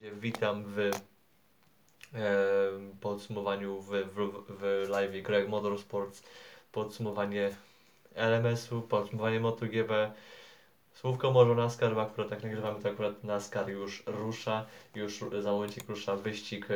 Witam w podsumowaniu w live Greg Motorsports, podsumowanie LMS-u, podsumowanie MotoGP, słówko może o NASCAR, bo akurat tak nagrywamy, to akurat NASCAR już rusza, już za momencik rusza wyścig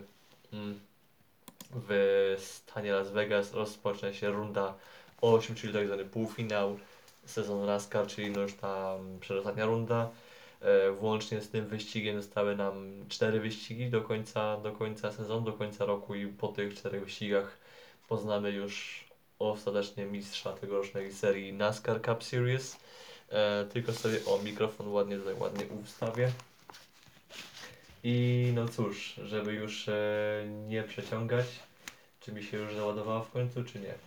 w stanie Las Vegas, rozpocznie się runda 8, czyli tak zwany półfinał sezonu NASCAR, czyli no już ta przedostatnia runda. Włącznie z tym wyścigiem zostały nam 4 wyścigi do końca sezonu, do końca roku i po tych 4 wyścigach poznamy już ostatecznie mistrza tegorocznej serii NASCAR Cup Series. Tylko sobie mikrofon ładnie ustawię. I no cóż, żeby już nie przeciągać, czy mi się już załadowała w końcu, czy nie.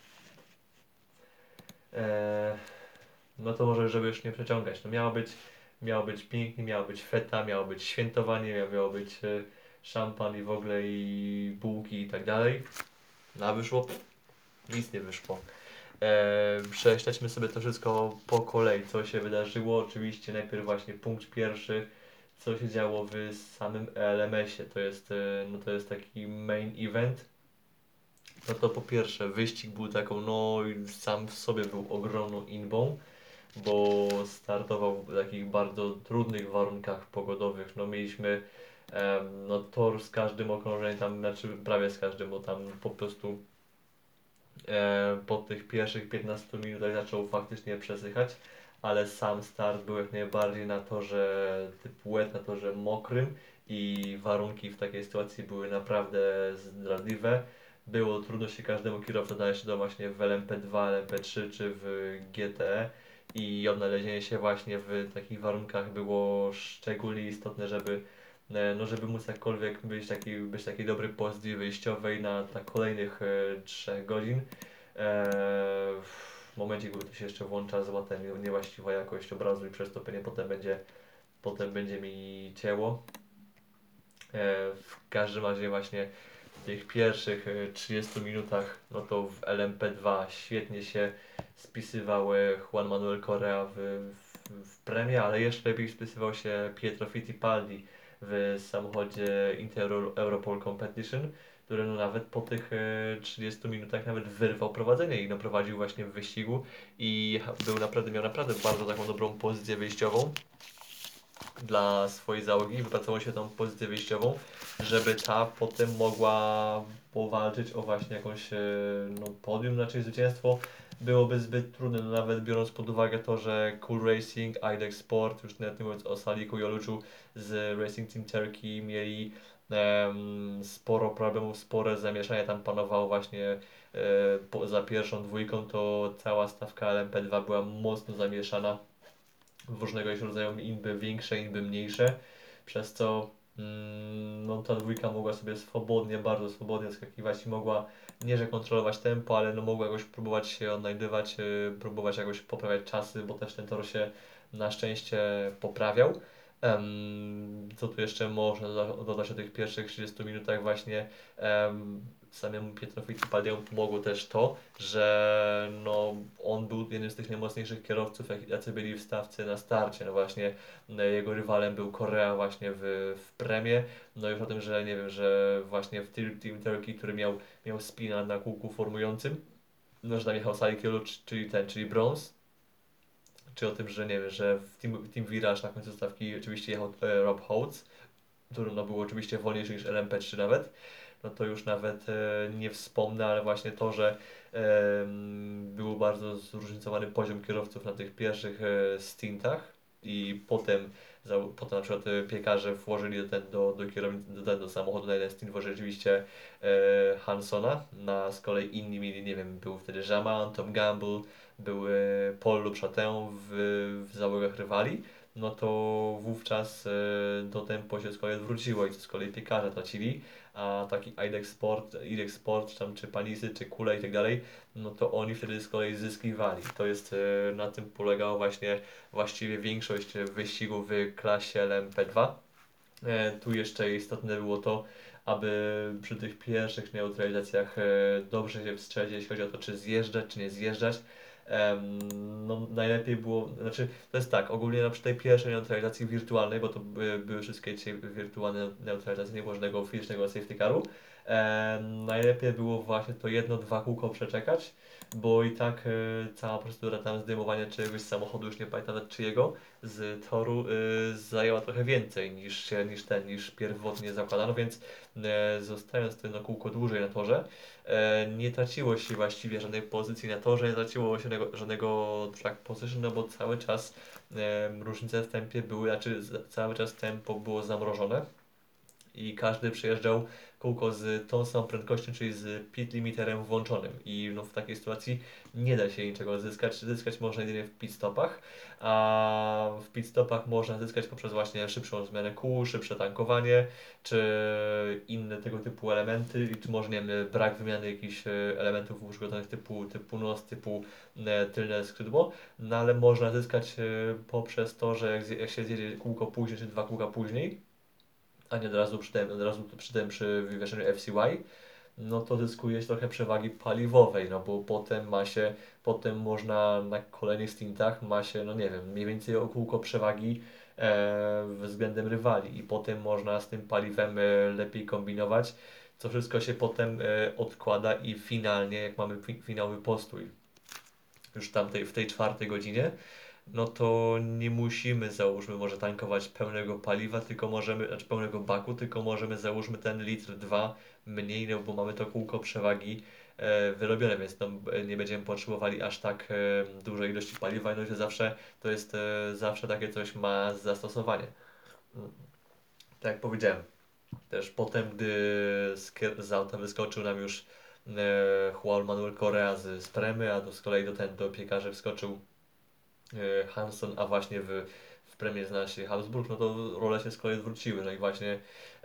No to może, żeby już nie przeciągać. No miało być pięknie, miała być feta, miało być świętowanie, miało być szampan i w ogóle i bułki i tak dalej. No a wyszło? Nic nie wyszło. Prześledźmy sobie to wszystko po kolei, co się wydarzyło. Oczywiście najpierw właśnie punkt pierwszy, co się działo w samym LMS-ie. To jest taki main event. No to po pierwsze wyścig był taką, no sam w sobie był ogromną inbą, bo startował w takich bardzo trudnych warunkach pogodowych. No mieliśmy no tor z każdym okrążeniem tam, znaczy prawie z każdym, bo tam po prostu po tych pierwszych 15 minutach zaczął faktycznie przesychać, ale sam start był jak najbardziej na torze typu wet, na torze mokrym i warunki w takiej sytuacji były naprawdę zdradliwe. Było trudno się każdemu kierowcy znaleźć do właśnie w LMP2, LMP3 czy w GTE i odnalezienie się właśnie w takich warunkach było szczególnie istotne, żeby no żeby móc jakkolwiek być taki dobry pozycji wyjściowej na kolejnych 3 godzin. W momencie, gdy to się jeszcze włącza złota niewłaściwa jakość obrazu i przez to pewnie potem będzie mi cięło. W każdym razie właśnie w tych pierwszych 30 minutach, no to w LMP2 świetnie się spisywał Juan Manuel Correa w premie, ale jeszcze lepiej spisywał się Pietro Fittipaldi w samochodzie Inter Europol Competition, który no nawet po tych 30 minutach nawet wyrwał prowadzenie i no prowadził właśnie w wyścigu i miał naprawdę bardzo taką dobrą pozycję wyjściową dla swojej załogi i wypracował się tą pozycję wyjściową, żeby ta potem mogła powalczyć o właśnie jakąś no, podium, znaczy zwycięstwo byłoby zbyt trudne, no, nawet biorąc pod uwagę to, że Cool Racing, IDEX Sport, już nawet nie mówiąc o Saliku i Oluczu z Racing Team Turkey mieli sporo problemów, spore zamieszanie tam panowało właśnie za pierwszą dwójką, to cała stawka LMP2 była mocno zamieszana w różnego rodzaju inby większe, inby mniejsze, przez co no, ta dwójka mogła sobie swobodnie, bardzo swobodnie skakiwać i mogła nie że kontrolować tempo, ale no, mogła jakoś próbować się odnajdywać, próbować jakoś poprawiać czasy, bo też ten tor się na szczęście poprawiał. Co tu jeszcze można dodać o tych pierwszych 30 minutach właśnie samemu Pietrowi Fittipaldiemu pomogło też to, że no, on był jednym z tych najmocniejszych kierowców, jacy byli w stawce na starcie. No właśnie jego rywalem był Correa właśnie w premie. No już o tym, że nie wiem, że właśnie w Team Turkey, który miał spina na kółku formującym, no że tam jechał Salikiolu, czyli Brons. Czy o tym, że nie wiem, że w Team Virage na końcu stawki oczywiście jechał Rob Holtz, który no, był oczywiście wolniejszy niż LMP3 nawet, no to już nawet nie wspomnę, ale właśnie to, że był bardzo zróżnicowany poziom kierowców na tych pierwszych stintach i potem na przykład piekarze włożyli do samochodu na jeden stint włożyli rzeczywiście Hansona, z kolei inni mieli, nie wiem, był wtedy Jaman, Tom Gamble, był Paul lub Chatin w załogach rywali, no to wówczas to tempo się z kolei odwróciło i to z kolei piekarze tracili, a taki IDEX Sport czy Panisy, czy Kule i tak dalej, no to oni wtedy z kolei zyskiwali. Na tym polegało właściwie większość wyścigów w klasie LMP2. Tu jeszcze istotne było to, aby przy tych pierwszych neutralizacjach dobrze się wstrzelić, jeśli chodzi o to, czy zjeżdżać, czy nie zjeżdżać. No, najlepiej było, znaczy to jest tak, ogólnie przy tej pierwszej neutralizacji wirtualnej, bo to były wszystkie dzisiaj wirtualne neutralizacje, nie było żadnego fizycznego safety caru, najlepiej było właśnie to jedno, dwa kółko przeczekać, bo i tak cała procedura tam zdejmowania czegoś z samochodu, już nie pamiętam nawet czyjego, z toru zajęła trochę więcej niż pierwotnie zakładano, więc zostając to jedno kółko dłużej na torze, nie traciło się właściwie żadnej pozycji na torze, nie traciło się żadnego track position, no bo cały czas różnice w tempie były, znaczy cały czas tempo było zamrożone i każdy przejeżdżał kółko z tą samą prędkością, czyli z pit limiterem włączonym i no, w takiej sytuacji nie da się niczego zyskać. Zyskać można jedynie w pit stopach, a w pit stopach można zyskać poprzez właśnie szybszą zmianę kół, szybsze tankowanie, czy inne tego typu elementy, czy może nie wiem, brak wymiany jakichś elementów uszkodzonych typu nos, typu tylne skrzydło, no ale można zyskać poprzez to, że jak się zjedzie kółko później, czy dwa kółka później, a nie od razu przy tym przy wywieszeniu FCY, no to zyskuje się trochę przewagi paliwowej, no bo potem można na kolejnych stintach ma się, no nie wiem, mniej więcej o kółko przewagi względem rywali i potem można z tym paliwem lepiej kombinować, co wszystko się potem odkłada i finalnie, jak mamy finałowy postój, już w tej czwartej godzinie, no to nie musimy, załóżmy, może tankować pełnego paliwa, tylko możemy, znaczy pełnego baku, tylko możemy, załóżmy, ten litr, dwa mniej, no bo mamy to kółko przewagi wyrobione, więc no, nie będziemy potrzebowali aż tak dużej ilości paliwa, no i to jest zawsze takie coś ma zastosowanie. Mm, Tak jak powiedziałem, też potem, gdy z auta wyskoczył nam już Juan Manuel Correa z Premy, a z kolei do piekarzy wskoczył Hanson, a właśnie w premie znalazł się Habsburg, no to role się z kolei zwróciły. No i właśnie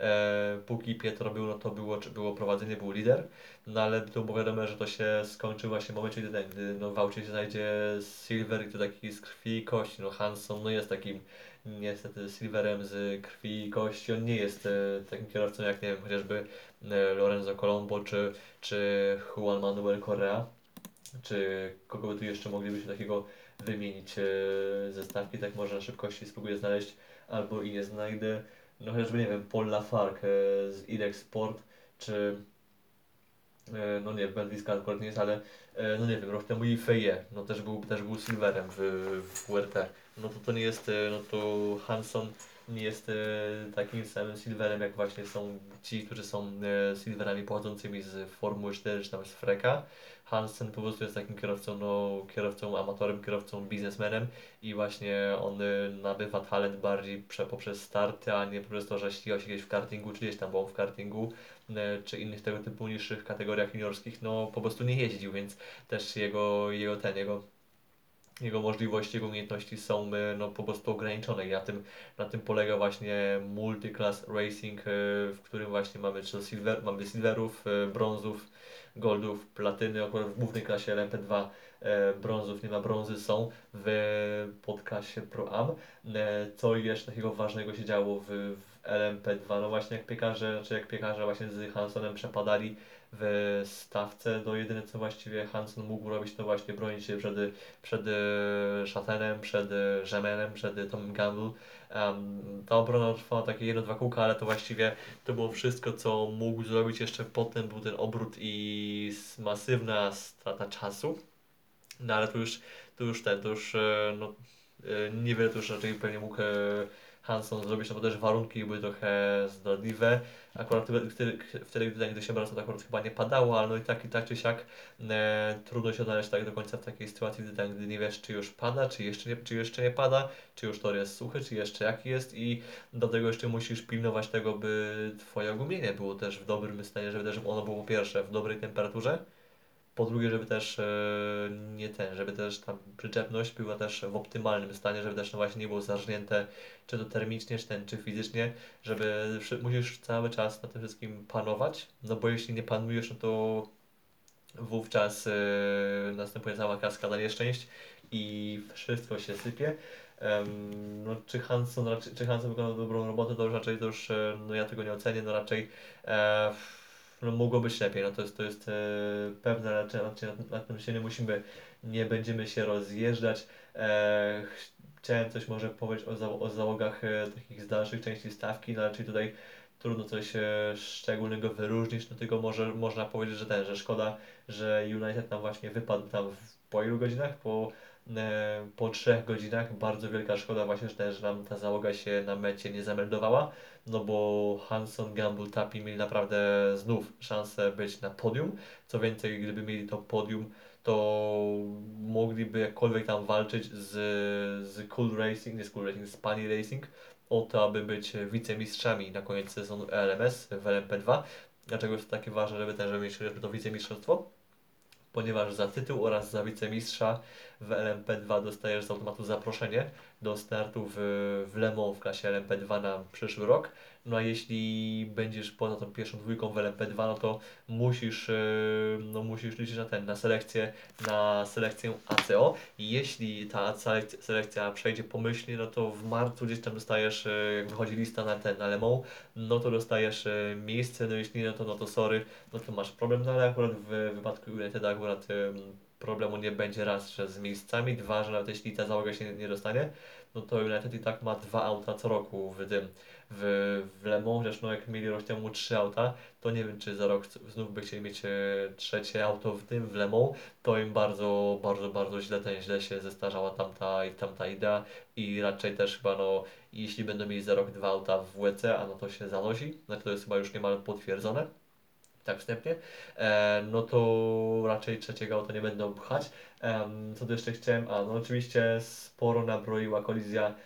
póki Pietro był, no to było prowadzenie, był lider, no ale to było wiadomo, że to się skończy właśnie w momencie, gdy no, w aucie się znajdzie Silver i to taki z krwi i kości. No Hanson no jest takim niestety Silverem z krwi i kości. On nie jest takim kierowcą jak nie wiem, chociażby Lorenzo Colombo czy Juan Manuel Correa. Czy kogo by tu jeszcze moglibyśmy takiego wymienić ze stawki, tak może na szybkości spróbuję znaleźć, albo i nie znajdę. No chociażby nie wiem, Paul Lafargue z Irex Sport, czy no nie, Benfica akurat nie jest, ale no nie wiem, rok temu i Feje, no też był silverem w WRT. No to nie jest, no to Hanson nie jest takim samym silverem jak właśnie są ci, którzy są silverami pochodzącymi z Formuły 4 czy tam z Freka. Hansen po prostu jest takim kierowcą, no, kierowcą amatorem, kierowcą biznesmenem i właśnie on nabywa talent bardziej poprzez starty, a nie poprzez to, że ścigał się gdzieś w kartingu, czy gdzieś tam był w kartingu, czy innych tego typu niższych kategoriach juniorskich, no po prostu nie jeździł, więc też jego możliwości, jego umiejętności są no, po prostu ograniczone i na tym polega właśnie Multiclass Racing, w którym właśnie mamy silverów, brązów, goldów, platyny, akurat w głównej klasie LMP2 brązów nie ma, brązy są w podklasie Pro Am. Co jeszcze takiego ważnego się działo w LMP2? No właśnie jak piekarze właśnie z Hansonem przepadali w stawce, to jedyne co właściwie Hanson mógł robić to właśnie bronić się przed Szatenem, przed Żemenem, przed Tomem Gamble. Ta obrona trwała takie jedno, dwa kółka, ale to właściwie to było wszystko, co mógł zrobić. Jeszcze potem był ten obrót i masywna strata czasu. No ale to już no, niewiele to już raczej pewnie mógł Hanson zrobić, no bo też warunki były trochę zdradliwe. Akurat gdy się wraca, to akurat chyba nie padało, ale no i tak czy siak trudno się odnaleźć tak do końca w takiej sytuacji, gdy nie wiesz, czy już pada, czy jeszcze nie pada, czy już tor jest suchy, czy jeszcze jaki jest i do tego jeszcze musisz pilnować tego, by Twoje ogumienie było też w dobrym stanie, żeby też ono było po pierwsze w dobrej temperaturze, po drugie, żeby też żeby też ta przyczepność była też w optymalnym stanie, żeby też no właśnie nie było zażnięte, czy to termicznie, czy fizycznie, musisz cały czas na tym wszystkim panować, no bo jeśli nie panujesz, no to wówczas następuje cała kaskada nieszczęść i wszystko się sypie. No, czy Hanson wykonał dobrą robotę, to już raczej no ja tego nie ocenię, no raczej no mogło być lepiej, no to jest pewne, nad tym się nie będziemy się rozjeżdżać. Chciałem coś może powiedzieć o załogach takich z dalszych części stawki, no raczej tutaj trudno coś szczególnego wyróżnić, no tylko można powiedzieć, że szkoda, że United tam właśnie wypadł tam po ilu godzinach? Po 3 godzinach. Bardzo wielka szkoda właśnie, że nam ta załoga się na mecie nie zameldowała, no bo Hanson, Gamble, Tapi mieli naprawdę znów szansę być na podium. Co więcej, gdyby mieli to podium, to mogliby jakkolwiek tam walczyć z Cool Racing, nie z Cool Racing, z Pani Racing o to, aby być wicemistrzami na koniec sezonu LMS w LMP2. Dlaczego jest to takie ważne, żeby mieć to wicemistrzostwo? Ponieważ za tytuł oraz za wicemistrza w LMP2 dostajesz z automatu zaproszenie do startu w Le Mans w klasie LMP2 na przyszły rok. No a jeśli będziesz poza tą pierwszą dwójką w LMP2, no to musisz liczyć na selekcję ACO. I jeśli ta selekcja przejdzie pomyślnie, no to w marcu gdzieś tam dostajesz, jak wychodzi lista na Le Mans, no to dostajesz miejsce, no jeśli nie, no to sorry, no to masz problem, no ale akurat w wypadku Uniteda akurat problemu nie będzie raz, że z miejscami, dwa, że nawet jeśli ta załoga się nie dostanie, no to United i tak ma 2 auta co roku w Le Mans, chociaż no jak mieli rok temu 3 auta, to nie wiem czy za rok znów by chcieli mieć trzecie auto w Le Mans, to im bardzo, bardzo, bardzo źle się zestarzała tamta idea i raczej też chyba no, jeśli będą mieli za rok 2 auta w WEC, a no to się zanosi, znaczy to jest chyba już niemal potwierdzone, tak wstępnie, no to raczej trzeciego auta nie będą pchać. Co tu jeszcze chciałem? No oczywiście sporo nabroiła kolizja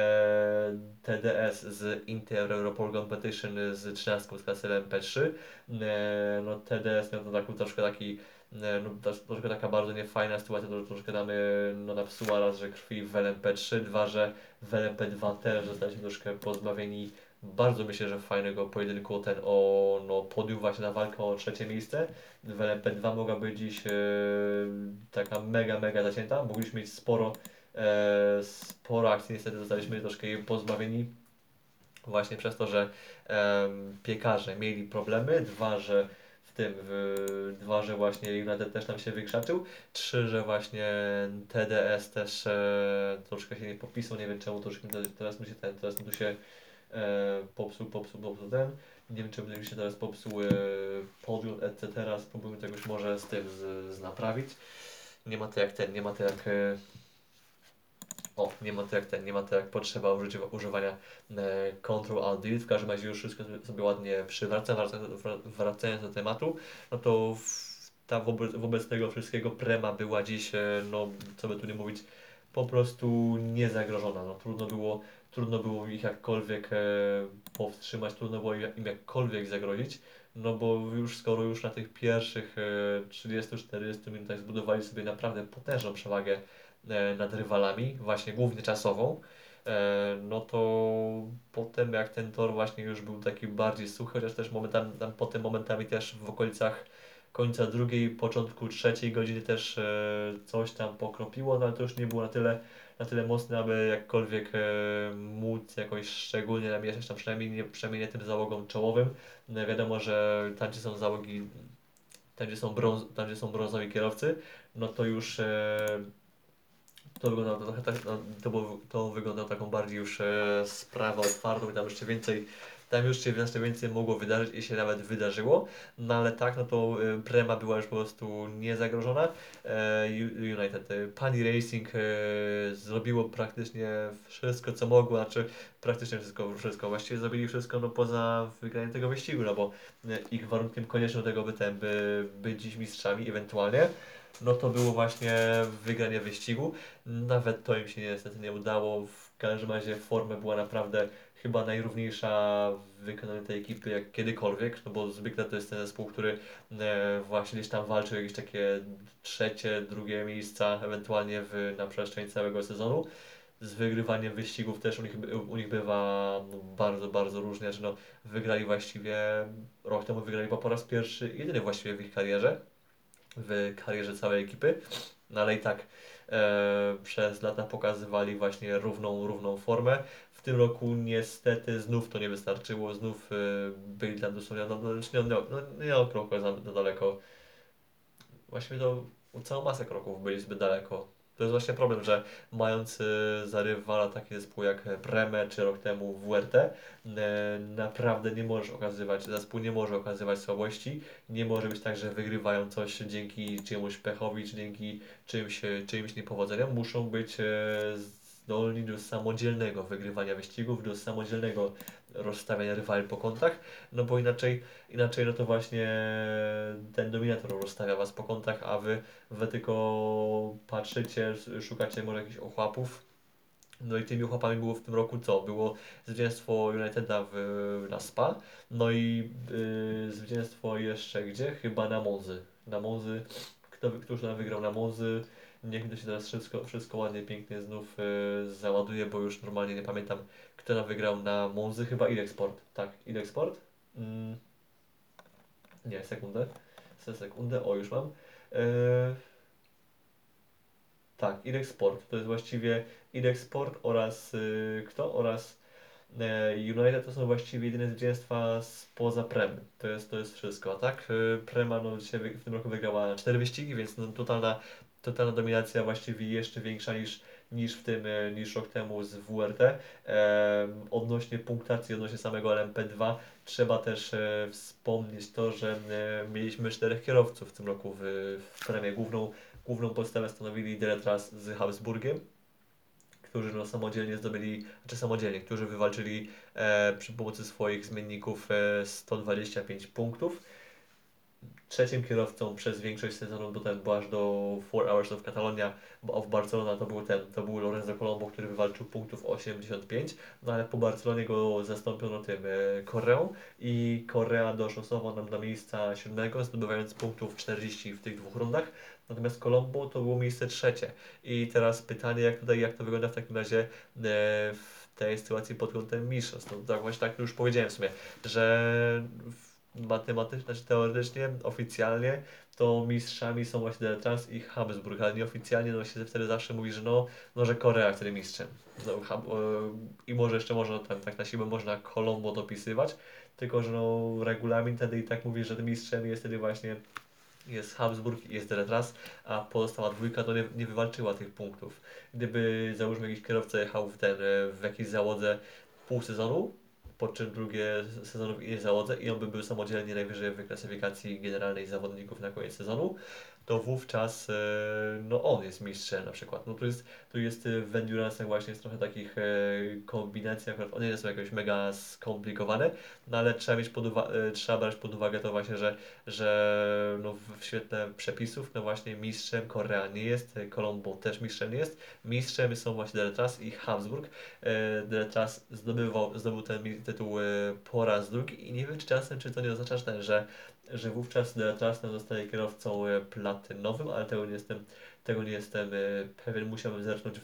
TDS z Inter Europol Competition z 13 z klasy LMP3. No TDS miał to troszkę taki, no, troszkę taka bardzo niefajna sytuacja, to troszkę damy no, napsuła raz, że krwi w LMP3, dwa, że w LMP2 też zostaliśmy troszkę pozbawieni bardzo myślę, że fajnego pojedynku podium właśnie na walkę o trzecie miejsce. W LMP2 mogła być dziś taka mega, mega zacięta. Mogliśmy mieć sporo akcji, niestety zostaliśmy troszkę jej pozbawieni właśnie przez to, że piekarze mieli problemy. Dwa, że właśnie United też tam się wykrzaczył. Trzy, że właśnie TDS też troszkę się nie popisał. Nie wiem czemu troszkę teraz mi tu się popsuł ten. Nie wiem, czy będzie mi się teraz popsuł podium, etc. Spróbujmy tego już może z tym naprawić. Nie ma to jak ten, nie ma to jak nie ma to jak potrzeba używania Ctrl Alt Delete. W każdym razie już wszystko sobie ładnie przywracam. Wracając do tematu, no to wobec tego wszystkiego Prema była dziś, no co by tu nie mówić, po prostu niezagrożona. No, trudno było ich jakkolwiek powstrzymać, trudno było im jakkolwiek zagrozić, no bo skoro już na tych pierwszych 30-40 minutach zbudowali sobie naprawdę potężną przewagę nad rywalami, właśnie głównie czasową, no to potem jak ten tor właśnie już był taki bardziej suchy, chociaż też potem momentami też w okolicach końca drugiej, początku trzeciej godziny też coś tam pokropiło, no ale to już nie było na tyle mocne, aby jakkolwiek móc jakoś szczególnie namieszać tam przynajmniej nie tym załogom czołowym. No, wiadomo, że tam gdzie są załogi, tam gdzie są brązowi kierowcy, no to już to wyglądało trochę tak, no, to wyglądało taką bardziej już sprawę otwartą i tam już się znacznie więcej mogło wydarzyć i się nawet wydarzyło, no ale tak, no to Prema była już po prostu niezagrożona. United, Pani Racing zrobiło praktycznie wszystko co mogło, znaczy praktycznie wszystko, właściwie zrobili wszystko no poza wygraniem tego wyścigu, no bo ich warunkiem koniecznym do tego by być dziś mistrzami ewentualnie, no to było właśnie wygranie wyścigu. Nawet to im się niestety nie udało. W każdym razie forma była naprawdę chyba najrówniejsza w wykonaniu tej ekipy jak kiedykolwiek, no bo zwykle to jest ten zespół, który właśnie gdzieś tam walczy o jakieś takie trzecie, drugie miejsca, ewentualnie na przestrzeni całego sezonu. Z wygrywaniem wyścigów też u nich bywa no, bardzo, bardzo różnie, że no, wygrali właściwie, rok temu wygrali po raz pierwszy, jedyny właściwie w karierze całej ekipy, no ale i tak przez lata pokazywali właśnie równą formę. W tym roku niestety znów to nie wystarczyło, znów byli tam dosłownie, nie o krok za daleko. Właściwie to całą masę kroków byli zbyt daleko. To jest właśnie problem, że mając za rywala taki zespół jak Breme czy rok temu WRT, naprawdę nie możesz okazywać, zespół nie może okazywać słabości. Nie może być tak, że wygrywają coś dzięki czyjemuś pechowi, czy dzięki czyimś niepowodzeniom. Muszą być zdolni do samodzielnego wygrywania wyścigów, do samodzielnego rozstawiania rywali po kątach, no bo inaczej no to właśnie ten dominator rozstawia was po kątach, a wy tylko patrzycie, szukacie może jakichś ochłapów. No i tymi ochłapami było w tym roku co? Było zwycięstwo Uniteda na Spa, no i zwycięstwo jeszcze gdzie? Chyba na Monzy. Na Monzy, któż tam wygrał na Monzy? Niech mi to się teraz wszystko ładnie, pięknie znów załaduje, bo już normalnie nie pamiętam, kto tam wygrał na Monzy. Chyba Idexport. Tak, Idexport? Mm, nie, sekundę. Sekundę, o już mam. E, tak, Idexport. To jest właściwie Idexport oraz kto? Oraz United to są właściwie jedyne zwycięstwa spoza Premy. To jest wszystko. A tak, Prema no, dzisiaj w tym roku wygrała 4 wyścigi, więc no, totalna dominacja właściwie jeszcze większa niż rok temu z WRT. Odnośnie punktacji, odnośnie samego LMP2, trzeba też wspomnieć to, że mieliśmy 4 kierowców w tym roku w premię. Główną podstawę stanowili Deletras z Habsburgiem, którzy no, którzy wywalczyli przy pomocy swoich zmienników 125 punktów. Trzecim kierowcą przez większość sezonu był aż do 4 Hours of Catalonia, bo w Barcelona to był Lorenzo Colombo, który wywalczył punktów 85, no ale po Barcelonie go zastąpiono tym Koreą i Korea doszosował nam na miejsca 7, zdobywając punktów 40 w tych 2 rundach, natomiast Colombo to było miejsce 3. I teraz pytanie, jak to wygląda w takim razie w tej sytuacji pod kątem mistrzostw. No, tak właśnie tak już powiedziałem w sumie, że matematycznie, znaczy teoretycznie, oficjalnie, to mistrzami są właśnie Deletras i Habsburg, ale nieoficjalnie no się wtedy zawsze mówi, że że Korea wtedy mistrzem. No, I może jeszcze można tak na siłę można Colombo dopisywać, tylko że no, regulamin wtedy i tak mówi, że tym mistrzem jest wtedy właśnie jest Habsburg i jest Deletras, a pozostała dwójka to nie wywalczyła tych punktów. Gdyby załóżmy jakiś kierowca jechał w jakiejś załodze pół sezonu, po czym drugie sezonu w innej załodze i on by był samodzielnie najwyżej w klasyfikacji generalnej zawodników na koniec sezonu, to wówczas no on jest mistrzem na przykład. No tu jest w Endurance'ach właśnie jest trochę takich kombinacji, akurat one nie są jakoś mega skomplikowane, no ale trzeba brać pod uwagę to właśnie, że no w świetle przepisów, no właśnie mistrzem Korea nie jest, Colombo też mistrzem nie jest. Mistrzem są właśnie Deletras i Habsburg. Deletras zdobył ten tytuł po raz drugi i nie wiem czy to nie oznacza, że wówczas Deletras zostaje kierowcą platynowym, ale tego nie jestem pewien. Musiałbym zerknąć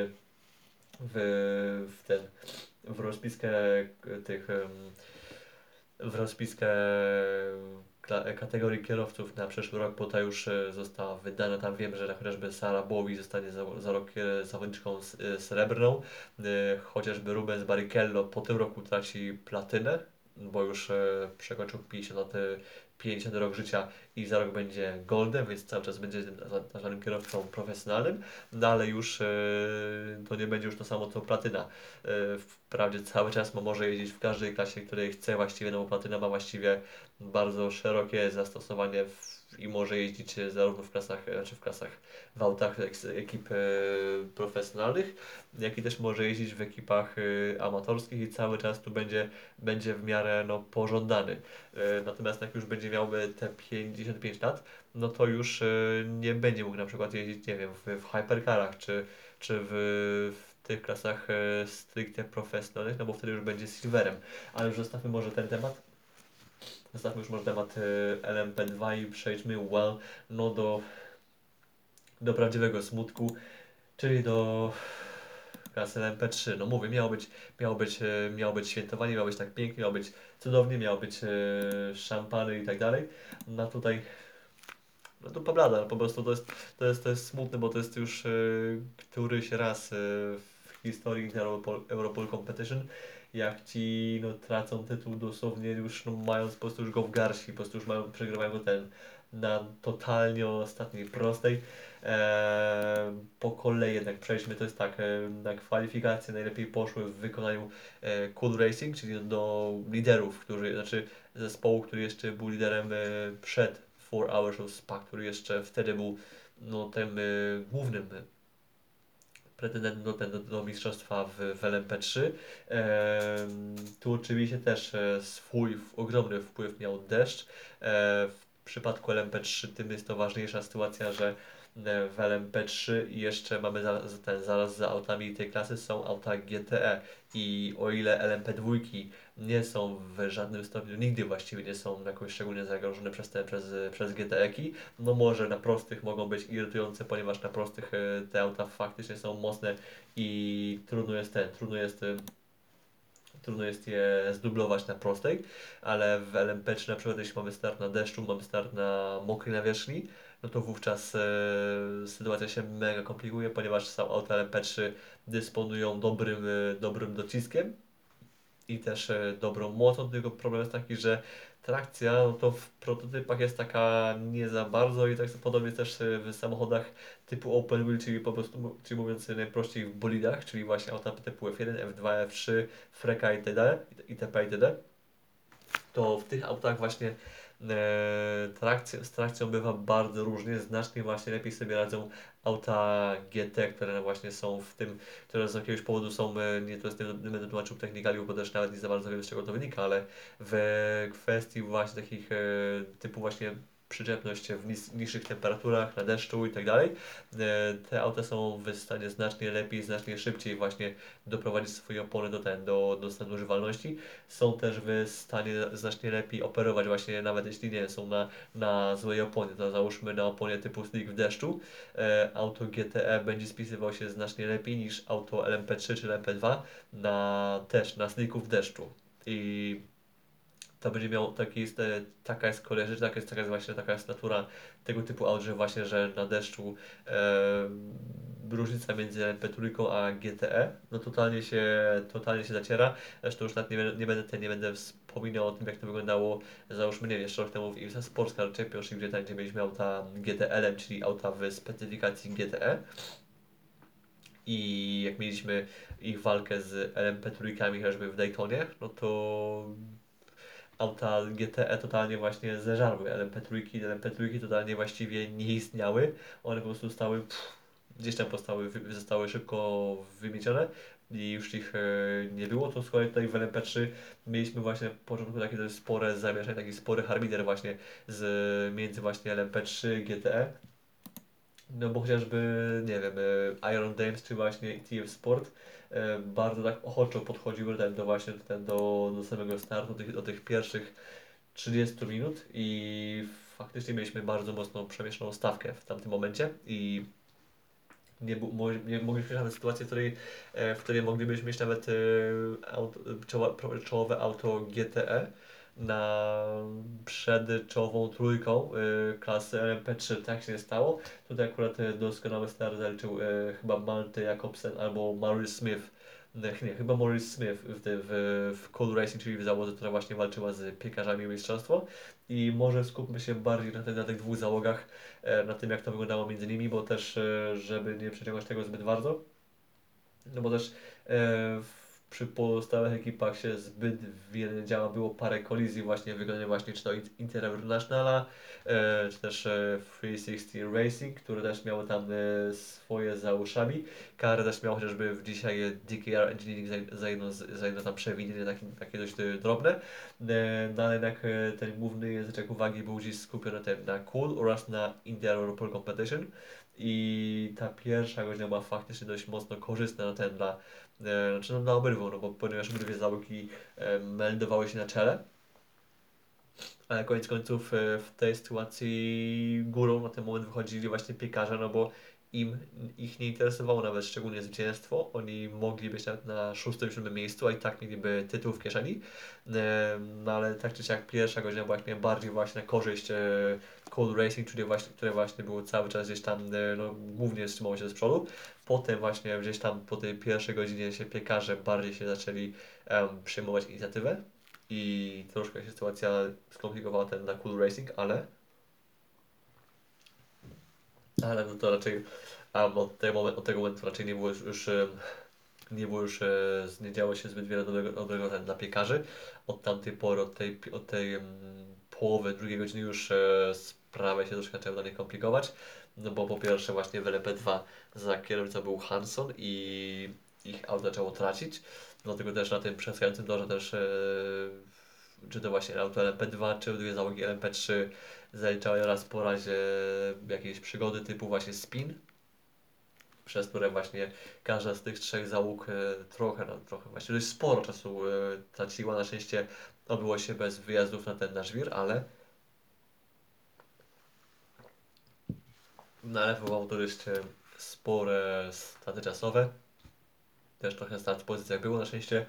w ten w rozpiskę tych w rozpiskę kategorii kierowców na przyszły rok, bo ta już została wydana. Tam wiem, że chociażby Sara Bowi zostanie za rok zawodniczką srebrną, chociażby Rubens Barrichello po tym roku traci platynę, bo już przekroczył 50 rok życia i za rok będzie Goldem, więc cały czas będzie nazwanym kierowcą profesjonalnym, no ale już to nie będzie już to samo co platyna. Wprawdzie cały czas może jeździć w każdej klasie, której chce właściwie, no bo platyna ma właściwie bardzo szerokie zastosowanie i może jeździć zarówno w autach ekip profesjonalnych, jak i też może jeździć w ekipach amatorskich i cały czas tu będzie w miarę no, pożądany. Natomiast jak już będzie miał te 55 lat, no to już nie będzie mógł na przykład jeździć, nie wiem, w hypercarach czy w tych klasach stricte profesjonalnych, no bo wtedy już będzie silverem. Ale już zostawmy może ten temat. Zostawmy już może temat LMP2 i przejdźmy no do prawdziwego smutku, czyli do klasy LMP3. No mówię, miało być świętowanie, miało być tak pięknie, miało być cudownie, miało być szampany i tak dalej. No tutaj no to poblada, po prostu to jest smutne, bo to jest już któryś raz historii Europol Competition, jak ci no, tracą tytuł dosłownie już no, mając po prostu już go w garści, po prostu już przegrywają go na totalnie ostatniej prostej. Po kolei jednak przejdźmy, to jest tak, na kwalifikacje najlepiej poszły w wykonaniu Cool Racing, czyli do liderów, znaczy zespołu, który jeszcze był liderem przed 4 Hours of Spa, który jeszcze wtedy był no, tym głównym pretendentem do mistrzostwa w LMP3. Tu oczywiście też swój ogromny wpływ miał deszcz. W przypadku LMP3 tym jest to ważniejsza sytuacja, że w LMP3 i jeszcze mamy zaraz za autami tej klasy są auta GTE i o ile LMP2 nie są w żadnym stopniu, nigdy właściwie nie są jakoś szczególnie zagrożone przez GTE-ki, no może na prostych mogą być irytujące, ponieważ na prostych te auta faktycznie są mocne i trudno jest je zdublować na prostej, ale w LMP3 na przykład jeśli mamy start na deszczu, mamy start na mokrej nawierzchni, no to wówczas sytuacja się mega komplikuje, ponieważ są auta LMP3 dysponują dobrym dociskiem i też dobrą mocą, tylko problem jest taki, że trakcja no to w prototypach jest taka nie za bardzo i tak podobnie też w samochodach typu open wheel, czyli po prostu, czyli mówiąc najprościej w bolidach, czyli właśnie auta typu F1, F2, F3, Freka itd. itp. itd. To w tych autach właśnie z trakcją bywa bardzo różnie, znacznie właśnie lepiej sobie radzą auta GT, które właśnie są w tym, które z jakiegoś powodu są, nie będę tłumaczył technikaliów, bo też nawet nie za bardzo wiem z czego to wynika, ale w kwestii właśnie takich typu właśnie przyczepność w niższych temperaturach, na deszczu i tak dalej, te auta są w stanie znacznie lepiej, znacznie szybciej właśnie doprowadzić swoje opony do stanu używalności. Są też w stanie znacznie lepiej operować właśnie nawet jeśli nie są na złej oponie, to załóżmy na oponie typu slick w deszczu, auto GTE będzie spisywał się znacznie lepiej niż auto LMP3 czy LMP2 też na slicku w deszczu. I to będzie miał, taka jest kolej rzeczy, taka jest właśnie taka jest natura tego typu aut, że właśnie, że na deszczu różnica między LMP3 a GTE, no totalnie się zaciera. Zresztą już nawet nie będę wspominał o tym, jak to wyglądało, załóżmy, nie wiem, jeszcze rok temu w IMSA Sports Car Championship, gdzie mieliśmy auta GTLM, czyli auta w specyfikacji GTE. I jak mieliśmy ich walkę z LMP3 chociażby w Daytonie, no to auta GTE totalnie właśnie zeżarły LMP3 totalnie właściwie nie istniały. One po prostu gdzieś tam zostały szybko wymiecione i już ich nie było. To z kolei tutaj w LMP3 mieliśmy właśnie w początku takie dość spore zamieszanie, taki spory harmider właśnie między właśnie LMP3 GTE. No bo chociażby, nie wiem, Iron Dames czy właśnie ETF Sport bardzo tak ochoczo podchodziły do samego startu, do tych pierwszych 30 minut i faktycznie mieliśmy bardzo mocno przemieszaną stawkę w tamtym momencie i nie mogliśmy mieć nawet sytuacji, w której moglibyśmy mieć nawet czołowe auto GTE przed czołową trójką klasy LMP3. Tak się nie stało. Tutaj akurat doskonały start zaliczył chyba Malte Jakobsen albo Maurice Smith. Nie, chyba Maurice Smith w Cool Racing, czyli w załodze, która właśnie walczyła z piekarzami o mistrzostwo. I może skupmy się bardziej na tych dwóch załogach, na tym jak to wyglądało między nimi, bo też, żeby nie przeciągać tego zbyt bardzo, no bo też przy pozostałych ekipach się zbyt wiele działa, było parę kolizji właśnie w wykonaniu właśnie czy to Internationala, czy też 360 Racing, które też miały tam swoje za uszami. Kary też miał chociażby dzisiaj DKR Engineering za jedno tam przewinienie takie dość drobne. No ale jednak ten główny języczek uwagi był gdzieś skupiony na Cool oraz na India Europol Competition. I ta pierwsza godzina była faktycznie dość mocno korzystna dla obydwu, no bo ponieważ obydwie załogi meldowały się na czele, ale koniec końców w tej sytuacji górą na ten moment wychodzili właśnie piekarze, no bo ich nie interesowało nawet szczególnie zwycięstwo. Oni mogli być nawet na 6-7 miejscu, a i tak mieliby tytuł w kieszeni. No ale tak czy siak pierwsza godzina była jak najbardziej właśnie na korzyść Cold Racing, które właśnie było cały czas gdzieś tam, no, głównie trzymało się z przodu. Potem właśnie gdzieś tam po tej pierwszej godzinie się piekarze bardziej się zaczęli przejmować inicjatywę i troszkę się sytuacja skomplikowała ten na Cool Racing, ale no to raczej od tego momentu raczej nie było nie działo się zbyt wiele dobrego dla piekarzy. Od tamtej pory, od tej połowy drugiej godziny już sprawy się troszkę zaczęły dla nich komplikować. No bo po pierwsze właśnie w LP2 za kierownicą był Hanson i ich auto zaczęło tracić. Dlatego też na tym przeskającym torze też czy to właśnie auto LMP2, czy dwie załogi LMP3 zaliczały raz po razie jakieś przygody typu właśnie spin, przez które właśnie każda z tych trzech załóg trochę, właśnie dość sporo czasu traciła. Na szczęście odbyło się bez wyjazdów na ten nasz wir, ale wywołało to jeszcze spore straty czasowe. Też trochę strat w pozycjach było. Na szczęście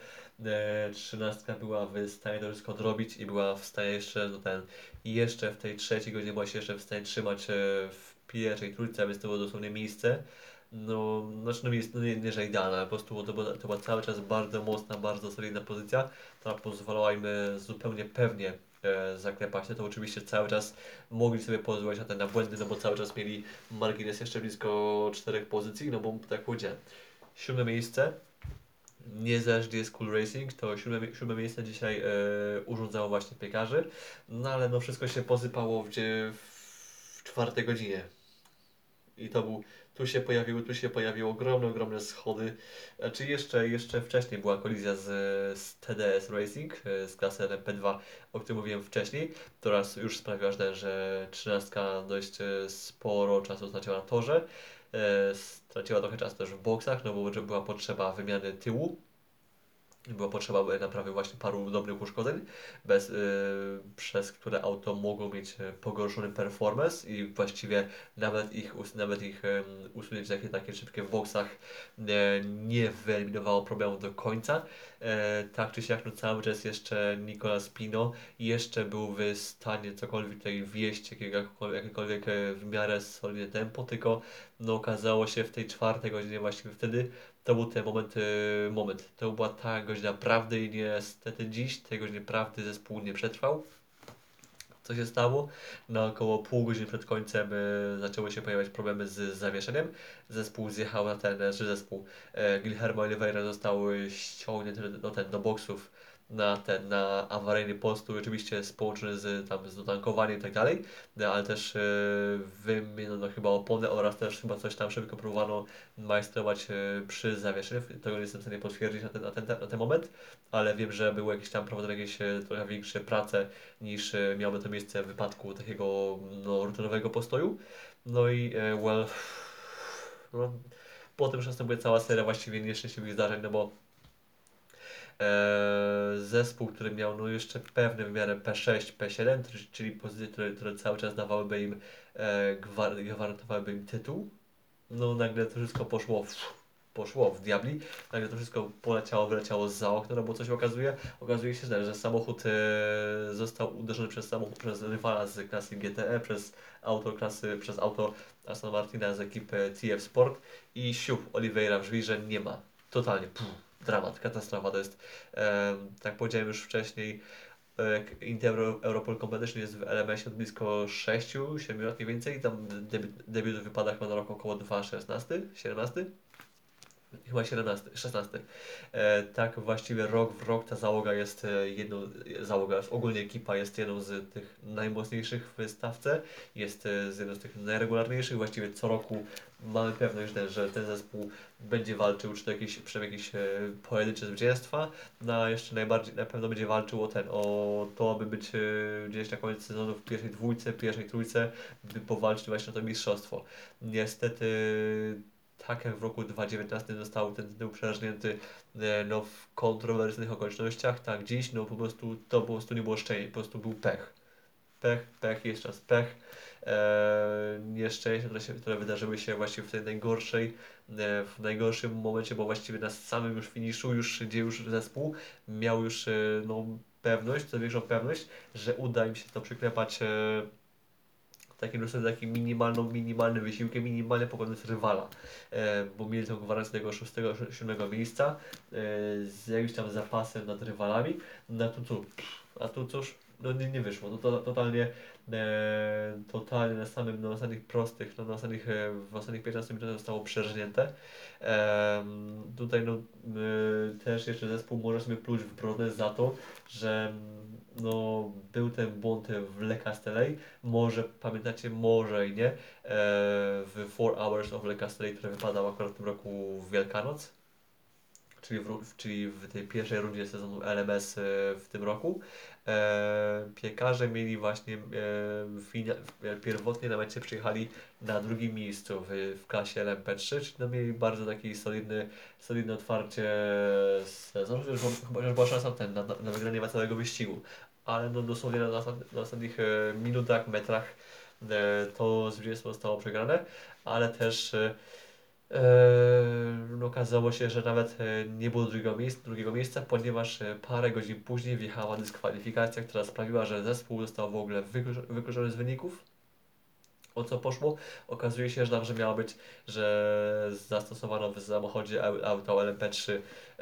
13 była w stanie to wszystko odrobić i była w stanie jeszcze, i jeszcze w tej trzeciej godzinie była się jeszcze w stanie trzymać w pierwszej trójce, więc to było dosłownie miejsce. No, znaczy no miejsce, no nie, że idealne, ale po prostu to była cały czas bardzo mocna, bardzo solidna pozycja, która pozwalała im zupełnie pewnie zaklepać. To oczywiście cały czas mogli sobie pozwolić na błędy, no bo cały czas mieli margines jeszcze blisko 4 pozycji, no bo tak jak powiedziałem, 7 miejsce, niezależnie gdzie jest Cool Racing, to siódme miejsce dzisiaj urządzało właśnie piekarzy, no ale no wszystko się posypało w czwartej godzinie. I to był, tu się pojawiły ogromne schody. Znaczy jeszcze wcześniej była kolizja z TDS Racing, z klasy LMP2, o której mówiłem wcześniej, która już sprawiła, że 13 dość sporo czasu straciła na torze. Straciła trochę czasu też w boksach, no bo była potrzeba wymiany tyłu. Była potrzeba naprawy właśnie paru drobnych uszkodzeń, przez które auto mogło mieć pogorszony performance i właściwie nawet ich usunięcie takie szybkie w boksach nie wyeliminowało problemu do końca. Tak czy siak, no cały czas jeszcze Nicolas Pino jeszcze był w stanie cokolwiek tutaj wieść, jakiekolwiek w miarę solidne tempo, tylko no okazało się w tej czwartej godzinie właściwie wtedy, to był ten moment. To była ta godzina prawdy i niestety dziś tej godziny prawdy zespół nie przetrwał. Co się stało? Na około pół godziny przed końcem zaczęły się pojawiać problemy z zawieszeniem. Zespół zjechał na zespół Guillermo Oliveira został ściągnięty do boksów na awaryjny postój, oczywiście połączony z dotankowaniem i tak dalej, no, ale też wymieniono chyba oponę oraz też chyba coś tam szybko próbowano majstrować przy zawieszeniu. Tego nie jestem w stanie potwierdzić na ten moment, ale wiem, że były jakieś tam prowadzone jakieś trochę większe prace niż miałoby to miejsce w wypadku takiego no, rutynowego postoju. No i no, potem już następuje cała seria właściwie nieszczęśliwych zdarzeń, no bo zespół, który miał no jeszcze pewne w miarę P6, P7, czyli pozycje, które cały czas dawałyby im, gwarantowałyby im tytuł, no nagle to wszystko poszło w diabli, nagle to wszystko wyleciało za okno, no bo co się okazuje? Okazuje się, że samochód został uderzony przez rywala z klasy GTE, przez auto Aston Martina z ekipy TF Sport i Oliveira w że nie ma. Totalnie, dramat, katastrofa, to jest, tak powiedziałem już wcześniej, Inter Europol Competition jest w LMS od blisko 6-7 lat mniej więcej, tam debiut wypada chyba na rok około 2,16, 17? Chyba 17, 16. Tak właściwie rok w rok ta załoga jest ogólnie ekipa jest jedną z tych najmocniejszych w stawce, jest jedną z tych najregularniejszych, właściwie co roku mamy pewność, że ten zespół będzie walczył, czy to przynajmniej jakieś pojedyncze zwycięstwa, jeszcze na pewno będzie walczył o to, aby być gdzieś na koniec sezonu w pierwszej dwójce, pierwszej trójce, by powalczyć właśnie o to mistrzostwo. Niestety tak jak w roku 2019 został ten tytuł przerażnięty no, w kontrowersyjnych okolicznościach, tak dziś no, to po prostu nie było szczęścia, po prostu był pech. pech, jeszcze raz pech. Nieszczęście, które wydarzyły się właśnie w tej w najgorszym momencie, bo właściwie na samym już finiszu, gdzie już zespół miał już no, pewność, co większą pewność, że uda im się to przyklepać takim minimalnym wysiłkiem, minimalnie pokonując rywala, bo mieli tą gwarancję tego 6-7 miejsca z jakimś tam zapasem nad rywalami, no a tu cóż, no nie wyszło, totalnie na ostatnich prostych, no, w ostatnich 15 minutach zostało przerżnięte. Tutaj no, też jeszcze zespół może sobie pluć w brodę za to, że no, był ten błąd w Le Castellet, może pamiętacie, może i nie, w 4 Hours of Le Castellet, które wypadał akurat w tym roku w Wielkanoc, czyli w tej pierwszej rundzie sezonu LMS w tym roku. Piekarze mieli właśnie pierwotnie na mecie przyjechali na drugim miejscu w klasie LMP3, czyli no mieli bardzo taki solidne otwarcie sezonu, chyba była szansa na wygranie całego wyścigu. Ale no dosłownie na ostatnich minutach, metrach to zwycięstwo zostało przegrane, ale też no, okazało się, że nawet nie było drugiego miejsca, ponieważ parę godzin później wjechała dyskwalifikacja, która sprawiła, że zespół został w ogóle wykluczony z wyników. O co poszło? Okazuje się, że miało być, że zastosowano w samochodzie auta LMP3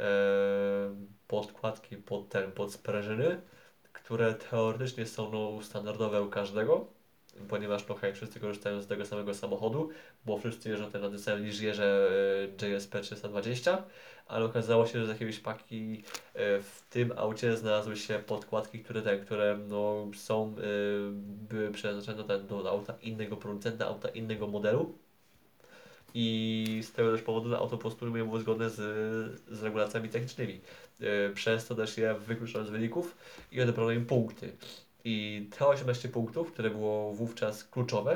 podkładki pod sprężyny, które teoretycznie są no, standardowe u każdego, ponieważ no hej, wszyscy korzystają z tego samego samochodu, bo wszyscy jeżdżą na tym samym Liżierze JSP 320, ale okazało się, że z jakiejś paki w tym aucie znalazły się podkładki, które no, były przeznaczone do auta innego producenta, auta innego modelu. I z tego też powodu auto po prostu nie było zgodne z regulacjami technicznymi. Przez to też je wykluczono z wyników i odebrano im punkty. I te 18 punktów, które było wówczas kluczowe,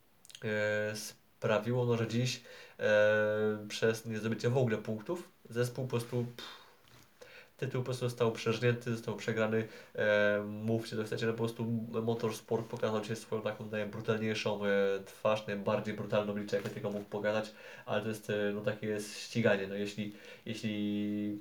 sprawiło, no, że dziś przez niezdobycie w ogóle punktów zespół po prostu tytuł po prostu został przeżnięty, został przegrany. Mówcie co chcecie, no po prostu Motorsport pokazał się swoją taką najbrutalniejszą twarz, najbardziej brutalną liczbę, jakie tylko mógł pokazać, ale to jest no takie jest ściganie. No, jeśli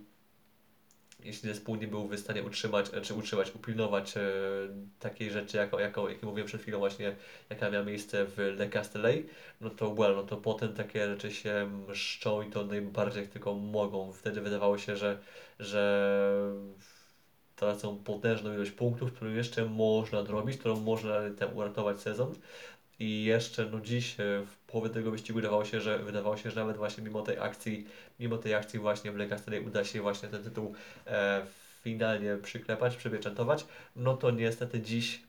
zespół nie był w stanie upilnować takiej rzeczy, jak mówiłem przed chwilą właśnie, jaka miała miejsce w Le Castellet, no to potem takie rzeczy się mszczą i to najbardziej jak tylko mogą. Wtedy wydawało się, że tracą potężną ilość punktów, którą jeszcze można zrobić, którą można tam uratować sezon. I jeszcze no dziś w połowie tego wyścigu wydawało się, że nawet właśnie mimo tej akcji właśnie w Le Castellet uda się właśnie ten tytuł finalnie przyklepać, przypieczętować. No to niestety dziś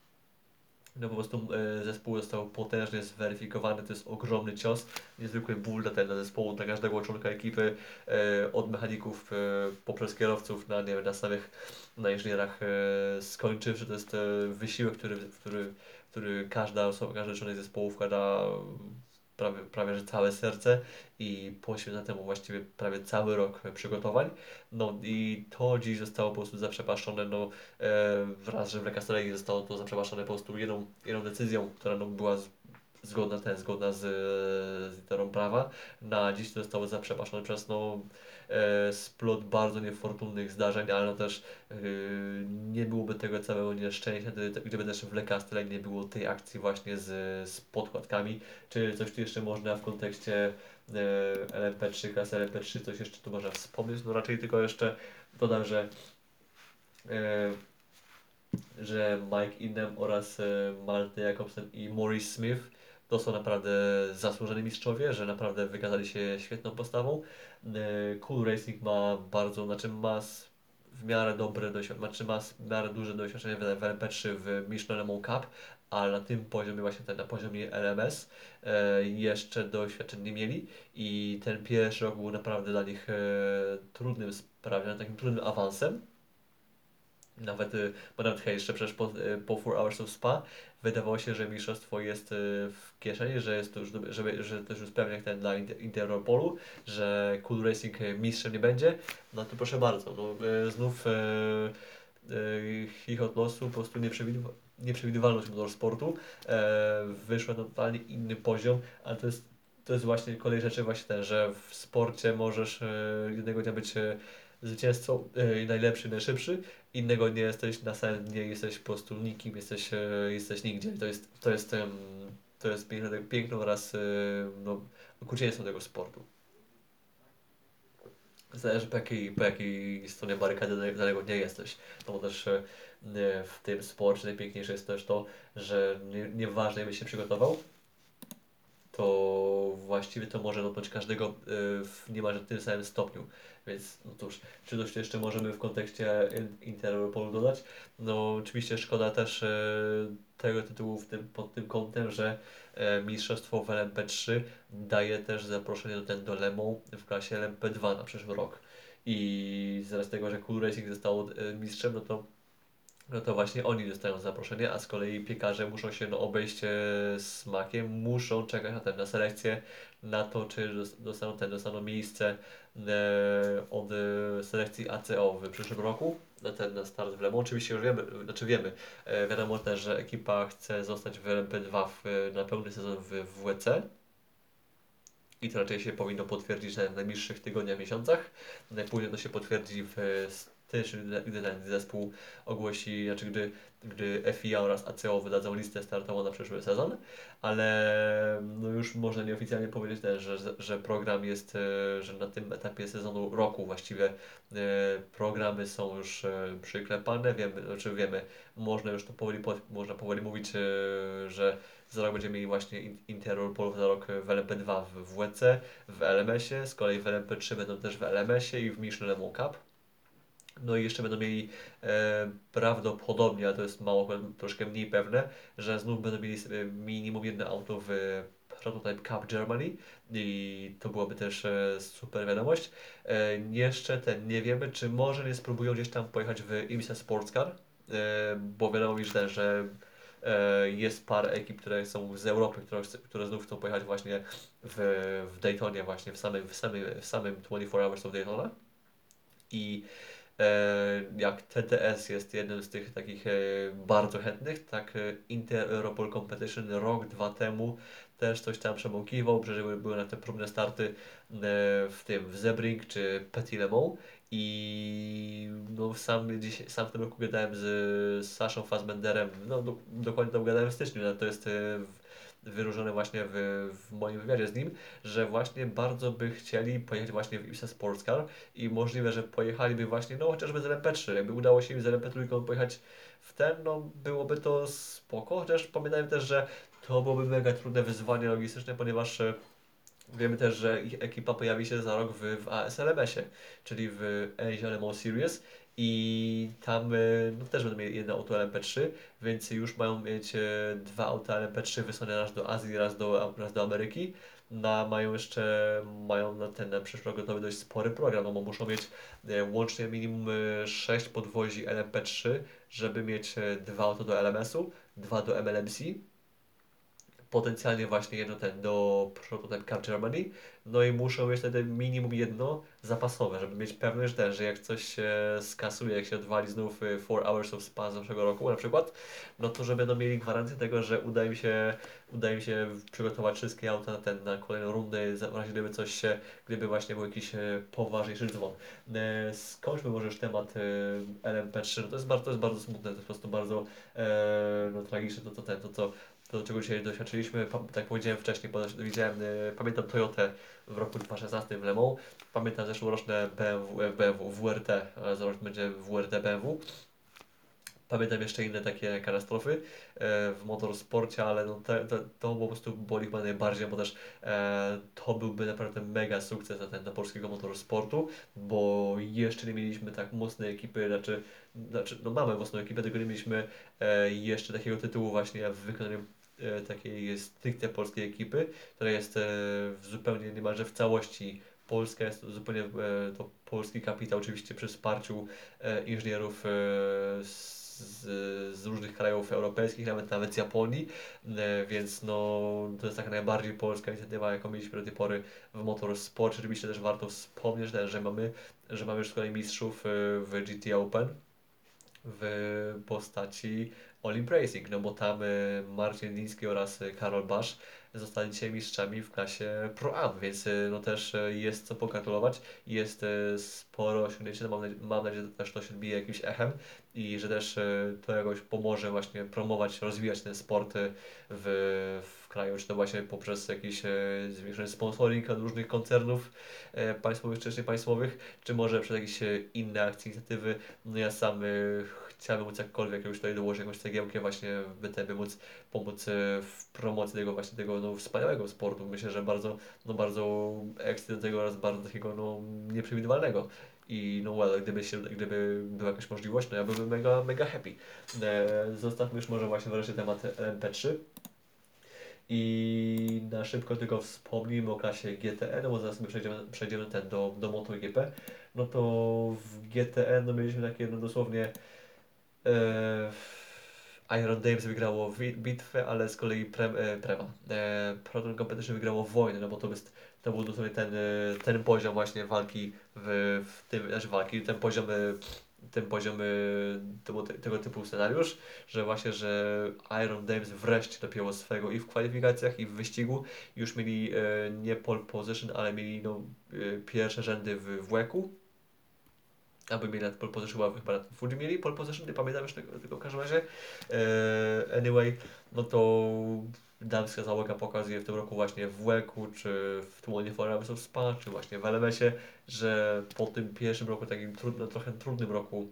no po prostu zespół został potężnie zweryfikowany, to jest ogromny cios, niezwykły ból dla zespołu, dla każdego członka ekipy, od mechaników poprzez kierowców na inżynierach skończywszy, to jest wysiłek, który każdy członek zespołu wkłada prawie że całe serce i poświęca temu właściwie prawie cały rok przygotowań. No i to dziś zostało po prostu zaprzepaszczone, no wraz, że w Le Castellet zostało to zaprzepaszczone po prostu jedną decyzją, która no, była zgodna z literą prawa. Na dziś to zostało zaprzepaszczone przez no, splot bardzo niefortunnych zdarzeń, ale no też nie byłoby tego całego nieszczęścia, gdyby też w Le Castellet nie było tej akcji właśnie z podkładkami. Czy coś tu jeszcze można w kontekście LMP3, klasy LMP3, coś jeszcze tu można wspomnieć? No raczej tylko jeszcze dodam, e, że Mike Innem oraz Malte Jakobsen i Maurice Smith to są naprawdę zasłużeni mistrzowie, że naprawdę wykazali się świetną postawą. Cool Racing ma bardzo, w miarę dobre doświadczenie, ma w miarę duże doświadczenie w LMP3 w Michelin Le Mans Cup, ale na tym poziomie właśnie na poziomie LMS jeszcze doświadczeń nie mieli i ten pierwszy rok był naprawdę dla nich trudnym sprawdzianem, takim trudnym awansem. Bo nawet hej, jeszcze przecież po 4 Hours of Spa wydawało się, że mistrzostwo jest w kieszeni, że jest to już, że to już jest pewnie jak ten dla Interpolu, że Cool Racing mistrzem nie będzie. No to proszę bardzo, no, znów chichot losu, po prostu nieprzewidywalność motorsportu wyszła na totalnie inny poziom, ale to jest właśnie kolej rzeczy właśnie ten, że w sporcie możesz jednego dnia być zwycięzcą najlepszy, najszybszy, innego dnia jesteś na samym dnie, jesteś po prostu nikim, jesteś nigdzie. To jest piękno oraz no, okrucieństwo tego sportu. Zależy po jakiej stronie barykady danego dnia jesteś. No bo też w tym sporcie najpiękniejsze jest też to, że nieważne jakbyś się przygotował, to właściwie to może dotknąć każdego w niemalże tym samym stopniu. Więc no cóż, czy coś jeszcze możemy w kontekście Interpolu dodać? No oczywiście szkoda też tego tytułu pod tym kątem, że mistrzostwo w LMP3 daje też zaproszenie do Le Mans w klasie LMP2 na przyszły rok. I z tego, że Cool Racing został mistrzem, no to właśnie oni dostają zaproszenie, a z kolei piekarze muszą się obejść smakiem, muszą czekać na selekcję, na to, czy dostaną miejsce od selekcji ACO w przyszłym roku, na start w Le Mans. Oczywiście już wiemy, wiadomo też, że ekipa chce zostać w LMP2 na pełny sezon w WEC. I to raczej się powinno potwierdzić w najbliższych tygodniach, miesiącach. Później to się potwierdzi w styczniu, gdy ten zespół ogłosi, znaczy gdy FIA oraz ACO wydadzą listę startową na przyszły sezon, ale no już można nieoficjalnie powiedzieć też, że program jest, że na tym etapie sezonu roku właściwie programy są już przyklepane, wiemy, można powoli mówić, że za rok będziemy mieli właśnie Interior Pole za rok w LMP2 w WEC, w LMS-ie, z kolei w LMP3 będą też w LMS-ie i w Michelin Le Mans Cup. No i jeszcze będą mieli prawdopodobnie, ale to jest mało, troszkę mniej pewne, że znów będą mieli minimum jedno auto w Prototype Cup Germany i to byłaby też super wiadomość. Jeszcze nie wiemy, czy może nie spróbują gdzieś tam pojechać w IMSA Sports Car, bo wiadomo mi, że jest parę ekip, które są z Europy, które znów chcą pojechać właśnie w Daytonie, właśnie w samym 24 Hours of Daytona. I jak TTS jest jednym z tych takich bardzo chętnych, tak Inter-Europol Competition rok, dwa temu też coś tam przebąkiwał, że były na te próbne starty w Sebring czy Petit Le Mans i no, sam w tym roku gadałem z Saszą Fassbenderem, no dokładnie to gadałem w styczniu, no, to jest wyróżnione właśnie w moim wywiadzie z nim, że właśnie bardzo by chcieli pojechać właśnie w IMSA Sports Car i możliwe, że pojechaliby właśnie, no chociażby z LMP3, jakby udało się im z LMP3 pojechać w ten, no byłoby to spoko, chociaż pamiętajmy też, że to byłoby mega trudne wyzwanie logistyczne, ponieważ wiemy też, że ich ekipa pojawi się za rok w ASLMS-ie, czyli w Asia Le Mans Series i tam no, też będą mieli jedno auto LMP3, więc już mają mieć dwa auta LMP3 wysłane raz do Azji, raz do Ameryki. Mają na przyszły rok gotowy dość spory program, no bo muszą mieć łącznie minimum 6 podwozi LMP3, żeby mieć dwa auto do LMS-u, dwa do MLMC, potencjalnie właśnie jedno do Prototype Cup Germany, no i muszą mieć wtedy minimum jedno zapasowe, żeby mieć pewność też, że jak coś się skasuje, jak się odwali znów 4 Hours of Spa z zeszłego roku na przykład, no to że będą mieli gwarancję tego, że uda im się przygotować wszystkie auta na kolejną rundę, w razie gdyby właśnie był jakiś poważniejszy dzwon. Skończmy może już temat LMP3, no to jest bardzo smutne, to jest po prostu bardzo no, tragiczne to, do czego dzisiaj doświadczyliśmy. Tak jak powiedziałem wcześniej, pamiętam Toyotę w roku 2016 w Le Mans, pamiętam zeszłoroczne BMW WRT, a za rok będzie WRT BMW. Pamiętam jeszcze inne takie katastrofy w motorsporcie, ale no to po prostu boli chyba najbardziej, bo też to byłby naprawdę mega sukces dla polskiego motorsportu, bo jeszcze nie mieliśmy tak mocnej ekipy, no mamy mocną ekipę, tylko nie mieliśmy jeszcze takiego tytułu właśnie w wykonaniu takiej stricte polskiej ekipy, która jest zupełnie niemalże w całości polska, jest to zupełnie to polski kapitał, oczywiście przy wsparciu inżynierów z różnych krajów europejskich, nawet z Japonii, więc no, to jest taka najbardziej polska inicjatywa, jaką mieliśmy do tej pory w motorsporcie. Oczywiście też warto wspomnieć, że mamy już z kolei mistrzów w GT Open. w postaci Olimp Racing, no bo tam Marcin Liński oraz Karol Basz zostali dzisiaj mistrzami w klasie Pro Am, więc no też jest co pogratulować. Jest sporo osiągnięć, no mam nadzieję, że też to się odbije jakimś echem i że też to jakoś pomoże właśnie promować, rozwijać ten sport w kraju, czy to właśnie poprzez jakiś zwiększony sponsoring od różnych koncernów państwowych czy niepaństwowych, czy może przez jakieś inne akcje, inicjatywy. No ja sam chciałbym móc jakkolwiek już tutaj dołożyć jakąś cegiełkę właśnie, by móc pomóc w promocji tego właśnie tego no, wspaniałego sportu. Myślę, że bardzo, no bardzo ekscytującego oraz bardzo takiego no, nieprzewidywalnego. I no well, gdyby była jakaś możliwość, no ja byłbym mega, mega happy. Zostawmy już może właśnie wreszcie temat MP3. I na szybko tylko wspomnijmy o klasie GTE, no bo zaraz sobie przejdziemy do MotoGP. No to w GTE no mieliśmy takie no dosłownie Iron Dames wygrało bitwę, ale z kolei Proton Competition wygrało wojnę, no bo to był dosłownie ten poziom właśnie walki w tym, znaczy walki, ten poziom tego typu scenariusz, że właśnie, że Iron Dames wreszcie dopięło swego i w kwalifikacjach, i w wyścigu już mieli nie pole position, ale mieli no, pierwsze rzędy w WEC-u, aby mieli nad pole position, chyba nad Fuji mieli pole position, nie pamiętam już tego w każdym razie. Anyway, no to damska załoga pokazuje w tym roku właśnie w WEC-u, czy w Tłonie Forever of Spa, czy właśnie w LMS-ie, że po tym pierwszym roku, takim trochę trudnym roku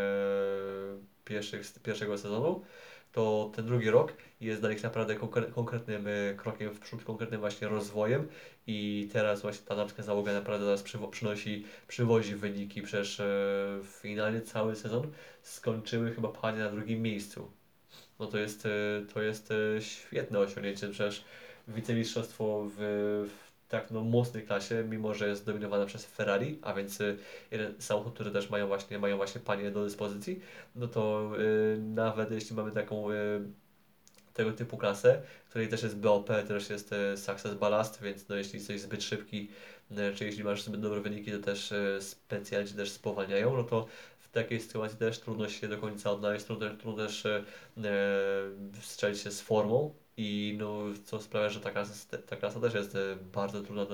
pierwszego sezonu, to ten drugi rok jest dla nich naprawdę konkretnym krokiem w przód, konkretnym właśnie rozwojem i teraz właśnie ta damska załoga naprawdę teraz przywozi wyniki, przecież finalnie cały sezon skończyły chyba panie na drugim miejscu. No to jest świetne osiągnięcie, przecież wicemistrzostwo w tak no, mocnej klasie, mimo że jest dominowane przez Ferrari, a więc jeden samochód, który też mają właśnie panie do dyspozycji, no to nawet jeśli mamy taką tego typu klasę, której też jest BOP, też jest Success Ballast, więc no, jeśli jesteś zbyt szybki, czy jeśli masz zbyt dobre wyniki, to też specjalnie też spowalniają, no to w takiej sytuacji też trudno się do końca odnaleźć, trudno też strzelić się z formą i no, co sprawia, że ta klasa też jest bardzo trudna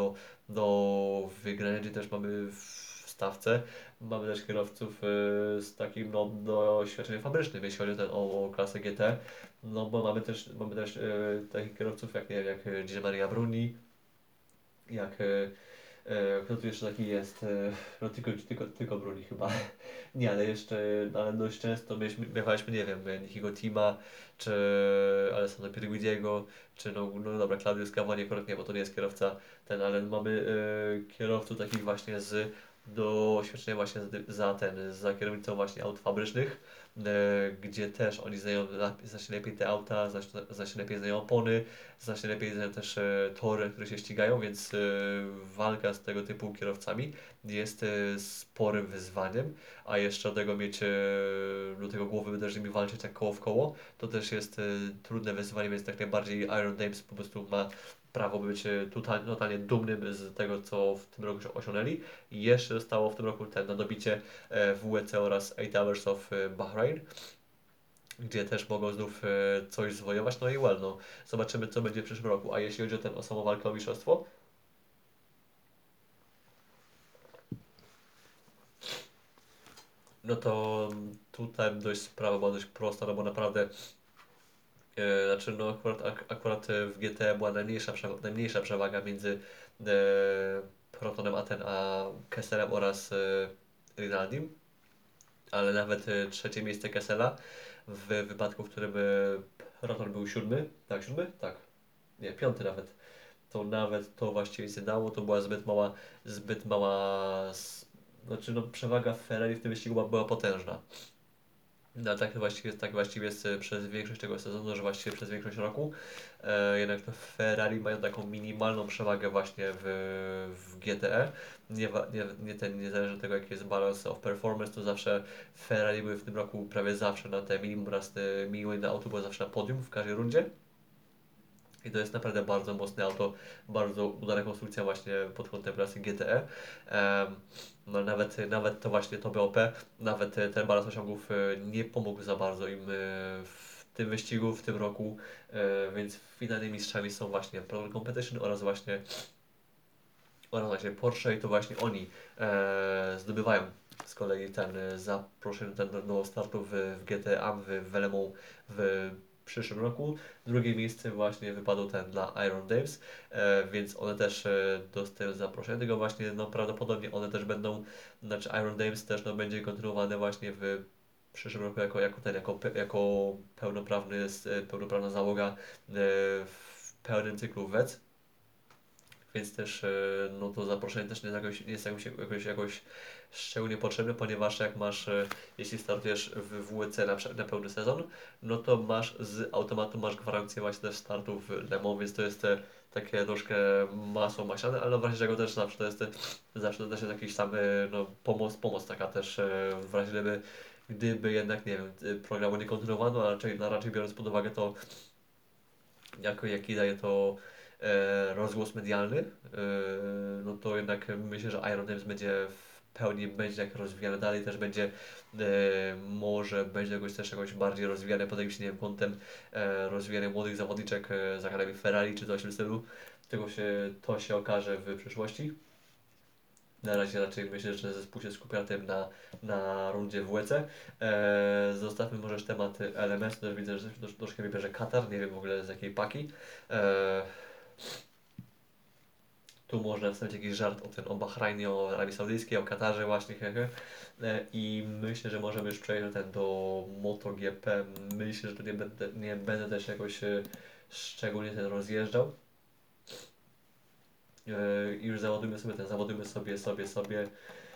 do wygrania, gdzie też mamy w stawce. Mamy też kierowców z takim no, doświadczeniem fabrycznym, jeśli chodzi o klasę GT. No bo mamy też takich kierowców jak, nie wiem, jak Gigi Maria Bruni, jak kto tu jeszcze taki jest? No tylko Bruni chyba. Nie, ale jeszcze, no, ale dość często miewaliśmy, nie wiem, Nikiego Tima, czy Alessandro Pirguidiego, czy no dobra, Claudio Scavoni akurat nie, bo to nie jest kierowca ten, ale mamy kierowców takich właśnie z doświadczenia właśnie za kierownicą właśnie aut fabrycznych, gdzie też oni znają znacznie lepiej te auta, znacznie lepiej znają opony, znacznie lepiej znają też tory, które się ścigają, więc walka z tego typu kierowcami jest sporym wyzwaniem, a jeszcze do tego mieć do tego głowy też z nimi walczyć tak koło w koło, to też jest trudne wyzwanie, więc tak najbardziej Iron Dames po prostu ma prawo być totalnie dumnym z tego, co w tym roku osiągnęli. I jeszcze zostało w tym roku na dobicie WEC oraz 8 Hours of Bahrain, gdzie też mogą znów coś zwojować, no i well, no, zobaczymy co będzie w przyszłym roku. A jeśli chodzi o samą walkę o mistrzostwo, no to tutaj sprawa była dość prosta, no bo naprawdę znaczy no akurat w GT była najmniejsza przewaga między Protonem Aten a Kesselem oraz Rinaldim, ale nawet trzecie miejsce Kessela w wypadku, w którym Proton był siódmy, tak siódmy? Tak, nie, piąty nawet, to nawet to właściwie nie dało, to była zbyt mała, znaczy no przewaga Ferrari w tym wyścigu była potężna. No tak właściwie jest przez większość tego sezonu, że właściwie przez większość roku. Jednak to Ferrari mają taką minimalną przewagę właśnie w GTE. Niezależnie od tego jaki jest balance of performance, to zawsze Ferrari były w tym roku prawie zawsze na te minimum raz minimum na auto było zawsze na podium w każdej rundzie. I to jest naprawdę bardzo mocne auto, bardzo udana konstrukcja właśnie pod kątem klasy GTE. No nawet to właśnie to BOP, nawet ten balans osiągów nie pomógł za bardzo im w tym wyścigu, w tym roku, więc finalnymi mistrzami są właśnie Pro Competition oraz właśnie Porsche i to właśnie oni zdobywają z kolei ten zaproszenie do startu w GTA w Velemont w przyszłym roku. Drugie miejsce właśnie wypadło ten dla Iron Daves, więc one też dostają zaproszenie. Tego właśnie, no prawdopodobnie one też będą, znaczy Iron Daves też no, będzie kontynuowane właśnie w przyszłym roku jako pełnoprawna załoga w pełnym cyklu WEC. Więc też no to zaproszenie też nie jest jakoś szczególnie potrzebne, ponieważ jak masz, jeśli startujesz w WEC na pełny sezon, no to z automatu masz gwarancję właśnie też startu w Le Mans, więc to jest takie troszkę masło maślane, ale no w razie czego też zawsze to też jest jakiś tam no, pomoc taka też w razie gdyby jednak, nie wiem, programu nie kontynuowano, a raczej biorąc pod uwagę to, jaki daje to rozgłos medialny, no to jednak myślę, że Iron Dance będzie jak rozwijany dalej, też będzie może będzie jakoś bardziej rozwijane pod jakimś, nie wiem, kątem rozwijania młodych zawodniczek z Akademii Ferrari czy coś w tym stylu. To się okaże w przyszłości. Na razie raczej myślę, że zespół się skupia na tym na rundzie w WEC. Zostawmy może temat LMS, też widzę, że troszkę mi bierze Katar, nie wiem w ogóle z jakiej paki. Tu można wstawić jakiś żart o Bahrajnie, o Arabii Saudyjskiej, o Katarze właśnie, hehe. I myślę, że możemy już przejść do MotoGP. Myślę, że tu nie będę też jakoś szczególnie ten rozjeżdżał. I już zawodujmy sobie.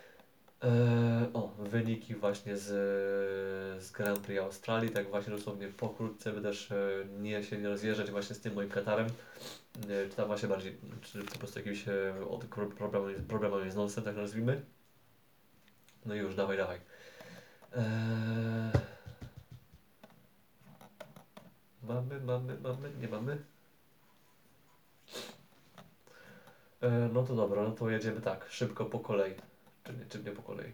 Wyniki właśnie z Grand Prix Australii, tak właśnie dosłownie pokrótce, by też nie rozjeżdżać właśnie z tym moim Katarem, czy tam właśnie bardziej, czy po prostu jakimś problemem z nosem, tak nazwijmy. No i już, dawaj. Nie mamy. No to dobra, no to jedziemy tak, szybko po kolei. Czy nie po kolei?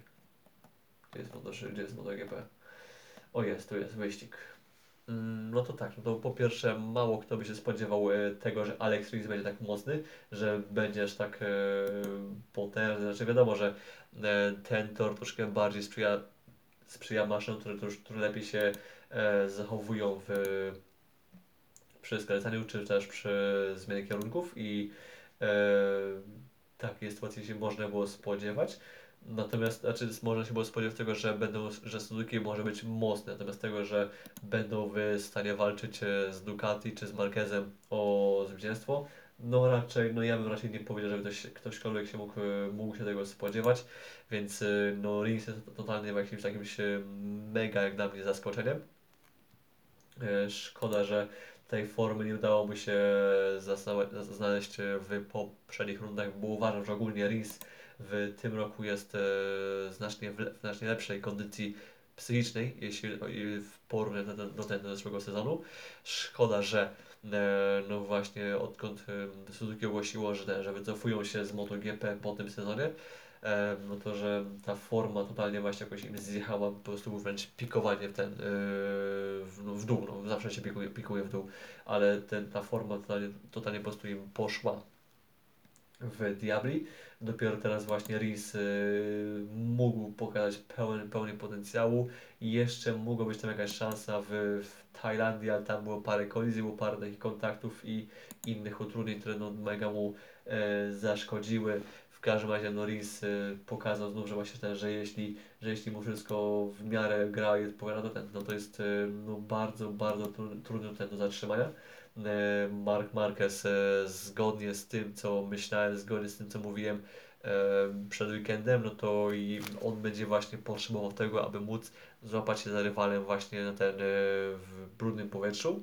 Gdzie jest MotoGP? Tu jest wyścig. No to tak, no to po pierwsze mało kto by się spodziewał tego, że Alex Rins będzie tak mocny, że będziesz tak potężny. Znaczy wiadomo, że ten tor troszkę bardziej sprzyja maszynom, które lepiej się zachowują przy skręcaniu, czy też przy zmianie kierunków i e, takiej sytuacji się można było spodziewać. Natomiast, można się było spodziewać tego, że Suzuki może być mocne, natomiast tego, że będą w stanie walczyć z Ducati czy z Marquezem o zwycięstwo, no ja bym raczej nie powiedział, żeby ktośkolwiek się mógł się tego spodziewać, więc no Rins jest totalnie jakimś mega jak dla mnie zaskoczeniem. Szkoda, że tej formy nie udało mi się znaleźć w poprzednich rundach, bo uważam, że ogólnie Rins w tym roku jest w znacznie lepszej kondycji psychicznej, w porównaniu do zeszłego sezonu. Szkoda, że no właśnie odkąd Suzuki ogłosiło, że wycofują się z MotoGP po tym sezonie, no to, że ta forma totalnie właśnie jakoś im zjechała, po prostu był wręcz pikowanie w dół, no zawsze się pikuje w dół, ale ta forma totalnie po prostu im poszła w Diabli. Dopiero teraz właśnie Rins mógł pokazać pełny potencjału i jeszcze mogła być tam jakaś szansa w Tajlandii, ale tam było parę kolizji, było parę takich kontaktów i innych utrudnień, które no, mega mu zaszkodziły. W każdym razie no, Rins pokazał znów, że właśnie że jeśli mu wszystko w miarę gra i odpowiada, to jest no, bardzo trudny do zatrzymania. Marc Marquez zgodnie z tym, co myślałem, zgodnie z tym, co mówiłem przed weekendem, no to i on będzie właśnie potrzebował tego, aby móc złapać się za rywalem właśnie w brudnym powietrzu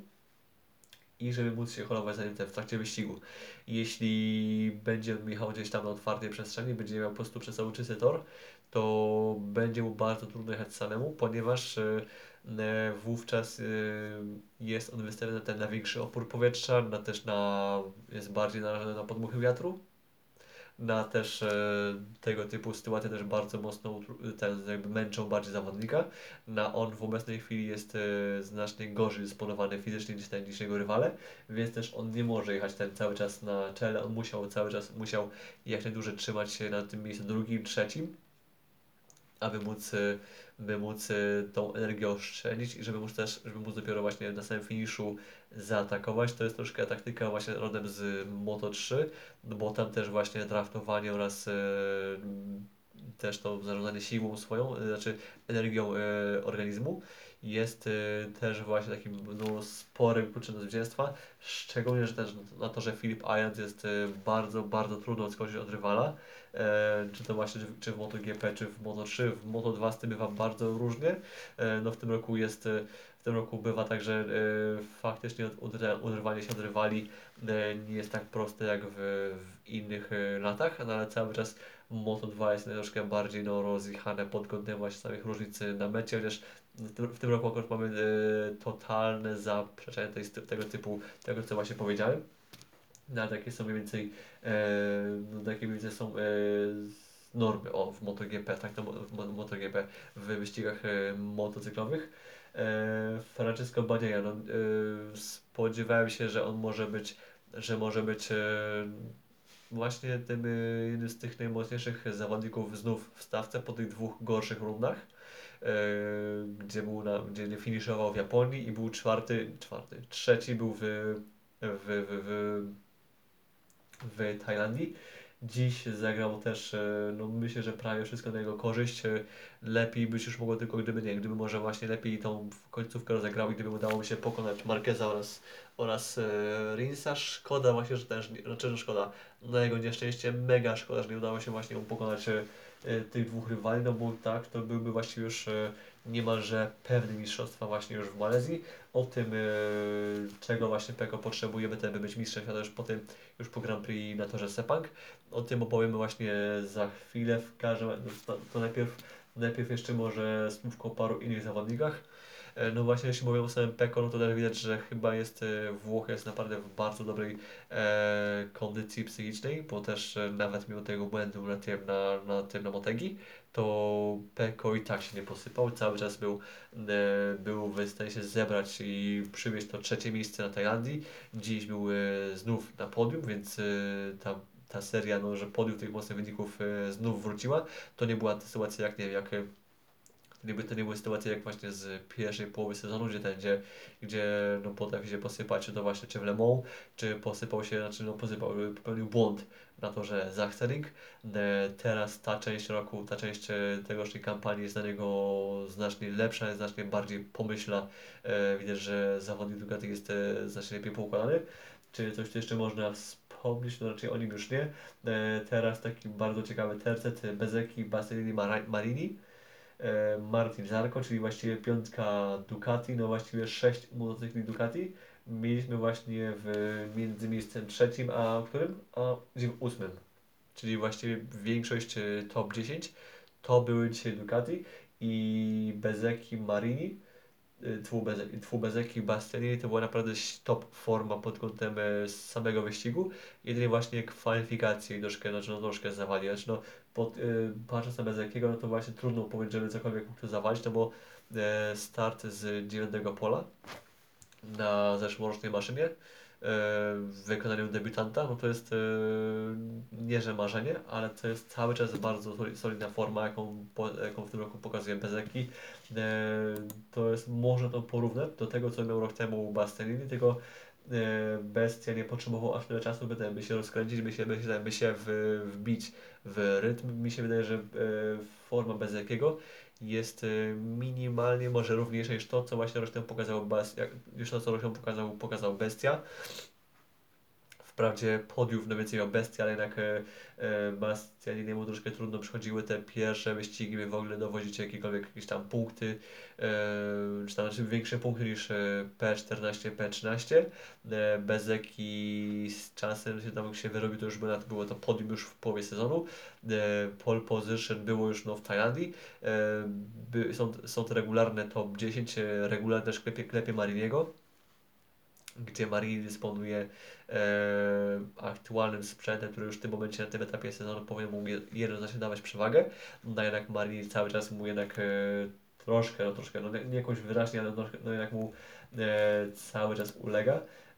i żeby móc się holować za nim w trakcie wyścigu. Jeśli będzie Michał gdzieś tam na otwartej przestrzeni, będzie miał po prostu przez cały czysty tor, to będzie mu bardzo trudno jechać samemu, ponieważ wówczas jest on wystawiony na większy opór powietrza, jest bardziej narażony na podmuchy wiatru, na też tego typu sytuacje też bardzo mocno jakby męczą bardziej zawodnika. On w obecnej chwili jest znacznie gorzej dysponowany fizycznie niż jego rywale, więc też on nie może jechać ten cały czas na czele, on musiał jak najdłużej trzymać się na tym miejscu drugim, trzecim, aby móc tą energię oszczędzić i żeby móc dopiero właśnie na samym finiszu zaatakować. To jest troszkę taktyka właśnie rodem z Moto3, no bo tam też właśnie draftowanie oraz też to zarządzanie siłą swoją, znaczy energią organizmu jest też właśnie takim no, sporym kluczem do zwycięstwa, szczególnie, że też na to, że Phillip Island jest bardzo, bardzo trudno odskoczyć od rywala, czy to właśnie czy w MotoGP, czy w Moto3, w Moto2 z tym bywa bardzo różnie. No w tym roku bywa tak, że faktycznie oderwanie się od rywali nie jest tak proste jak w innych latach, no ale cały czas Moto2 jest troszkę bardziej no, rozjechane pod kątem właśnie samych różnic na mecie, chociaż w tym roku akurat mamy totalne zaprzeczenie tego co właśnie powiedziałem. No, ale takie są mniej więcej, no, takie mniej więcej są normy w MotoGP, tak to w MotoGP w wyścigach motocyklowych. Francesco Bagnaia, no, spodziewałem się, że może być właśnie tym jednym z tych najmocniejszych zawodników znów w stawce po tych dwóch gorszych rundach, gdzie nie finiszował w Japonii i był trzeci był w Tajlandii. Dziś zagrał też, no myślę, że prawie wszystko na jego korzyść. Lepiej być już mogło tylko gdyby może właśnie lepiej tą końcówkę rozegrał i gdyby udało mi się pokonać Marqueza oraz Rinsa. Szkoda właśnie, że też, znaczy że szkoda, na jego nieszczęście mega szkoda, że nie udało się właśnie mu pokonać tych dwóch rywali, no bo tak, to byłby właściwie już niemalże pewny mistrzostwa właśnie już w Malezji. O tym, czego właśnie Peko potrzebujemy, by być mistrzem świata już po Grand Prix na torze Sepang. O tym opowiemy właśnie za chwilę. To najpierw jeszcze może słówko o paru innych zawodnikach. No właśnie, jeśli mówimy o samym Peko, no to też widać, że chyba Włoch jest naprawdę w bardzo dobrej kondycji psychicznej, bo też nawet mimo tego błędu na Motegi, to Peko i tak się nie posypał, cały czas był w stanie się zebrać i przywieźć to trzecie miejsce na Tajlandii. Dziś był znów na podium, więc ta seria, no, że podium tych mocnych wyników znów wróciła. To nie była ta sytuacja jak, nie wiem, gdyby to nie były sytuacje jak właśnie z pierwszej połowy sezonu, gdzie no, potrafi się posypać, czy w Le Mans, czy posypał się, znaczy no popełnił błąd na to, że Zachstering. Teraz ta część tegorocznej kampanii jest dla niego znacznie lepsza, znacznie bardziej pomyślna. Widać, że zawodnik Ducati jest znacznie lepiej poukładany. Czy coś tu jeszcze można wspomnieć? No raczej o nim już nie. Teraz taki bardzo ciekawy tercet Bezzecchi, Bastianini, Marini. Martin Zarco, czyli właściwie piątka Ducati, no właściwie 6 motocykli Ducati. Mieliśmy właśnie między miejscem trzecim, a którym? A gdzie ósmym. Czyli właściwie większość top 10 to były dzisiaj Ducati i Bezzecchi Marini. Bezeki i Bastianini to była naprawdę top forma pod kątem samego wyścigu. Jedynie właśnie kwalifikacje i troszkę zawali. Znaczy, no, patrząc na Bezekiego, no to właśnie trudno powiedzieć, żeby cokolwiek mógł tu zawalić, no bo start z 9 pola na zeszłorocznej maszynie w wykonaniu debiutanta, no to jest nie że marzenie, ale to jest cały czas bardzo solidna forma, jaką w tym roku pokazuje Bezzecchi. Można to porównać do tego, co miał rok temu Bastianini, tylko Bestia nie potrzebował aż tyle czasu, by się rozkręcić, by się wbić w rytm. Mi się wydaje, że forma Bezzecchiego jest minimalnie może równiejsza niż to, co właśnie rok temu pokazał Bestia Wprawdzie podiów no więcej miał Bestia, ale jednak Bastianiniemu troszkę trudno przychodziły te pierwsze wyścigi, by w ogóle dowozić jakieś tam punkty, czy tam znaczy większe punkty niż P14, P13. Bezeki z czasem się tam się wyrobił, to już było to podium już w połowie sezonu. Pole position było już no, w Tajlandii. Są te regularne top 10, regularne też klepie Mariniego, gdzie Marini dysponuje aktualnym sprzętem, który już w tym momencie na tym etapie sezonu powinien mu jednoznacznie dawać przewagę. No jednak Marini cały czas mu jednak troszkę, no nie jakoś wyraźnie, ale no jednak mu cały czas ulega.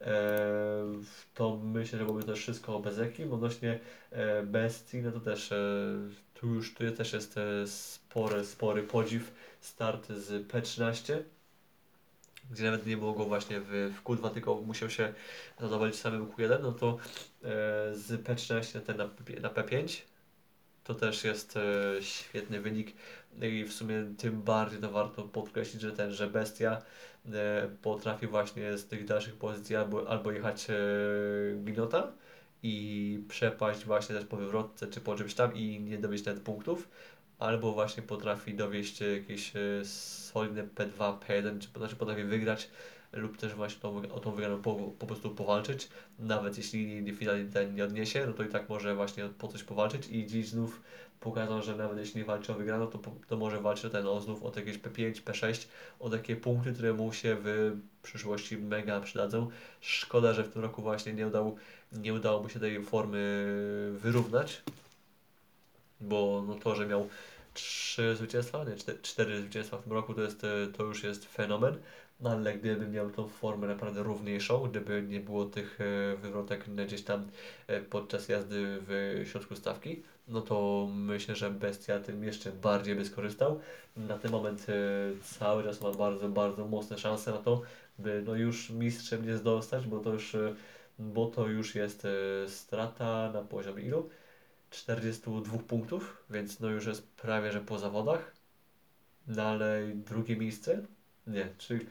To myślę, że byłoby też wszystko o Bezeki. Odnośnie Bestii, no to też tu też jest spory podziw. Start z P13, gdzie nawet nie było go właśnie w Q2, tylko musiał się zadowolić samym Q1, no to z P13 na ten na P5 to też jest świetny wynik. I w sumie tym bardziej to warto podkreślić, że Bestia potrafi właśnie z tych dalszych pozycji albo jechać gnota i przepaść właśnie też po wywrotce czy po czymś tam i nie dowieść nawet punktów, albo właśnie potrafi dowieść jakieś solidne P2, P1, czy znaczy potrafi wygrać lub też właśnie o tą wygraną po prostu powalczyć. Nawet jeśli finalnie ten nie odniesie, no to i tak może właśnie po coś powalczyć i dziś znów pokazał, że nawet jeśli nie walczy o wygraną, to może walczyć znów o jakieś P5, P6, o takie punkty, które mu się w przyszłości mega przydadzą. Szkoda, że w tym roku właśnie nie udało mu się tej formy wyrównać, bo no to, że miał 3 zwycięstwa, nie, 4 zwycięstwa w tym roku, to już jest fenomen. No ale gdyby miał tą formę naprawdę równiejszą, gdyby nie było tych wywrotek gdzieś tam podczas jazdy w środku stawki, no to myślę, że Bestia tym jeszcze bardziej by skorzystał. Na ten moment cały czas ma bardzo, bardzo mocne szanse na to, by no już mistrzem nie zostać, bo to już jest strata na poziomie ilu? 42 punktów, więc no już jest prawie, że po zawodach. Dalej drugie miejsce. Nie,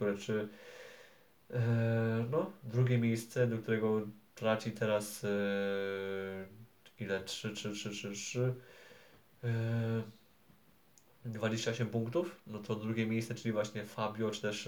no, drugie miejsce, do którego traci teraz ile? 3, 28 punktów, no to drugie miejsce, czyli właśnie Fabio, czy też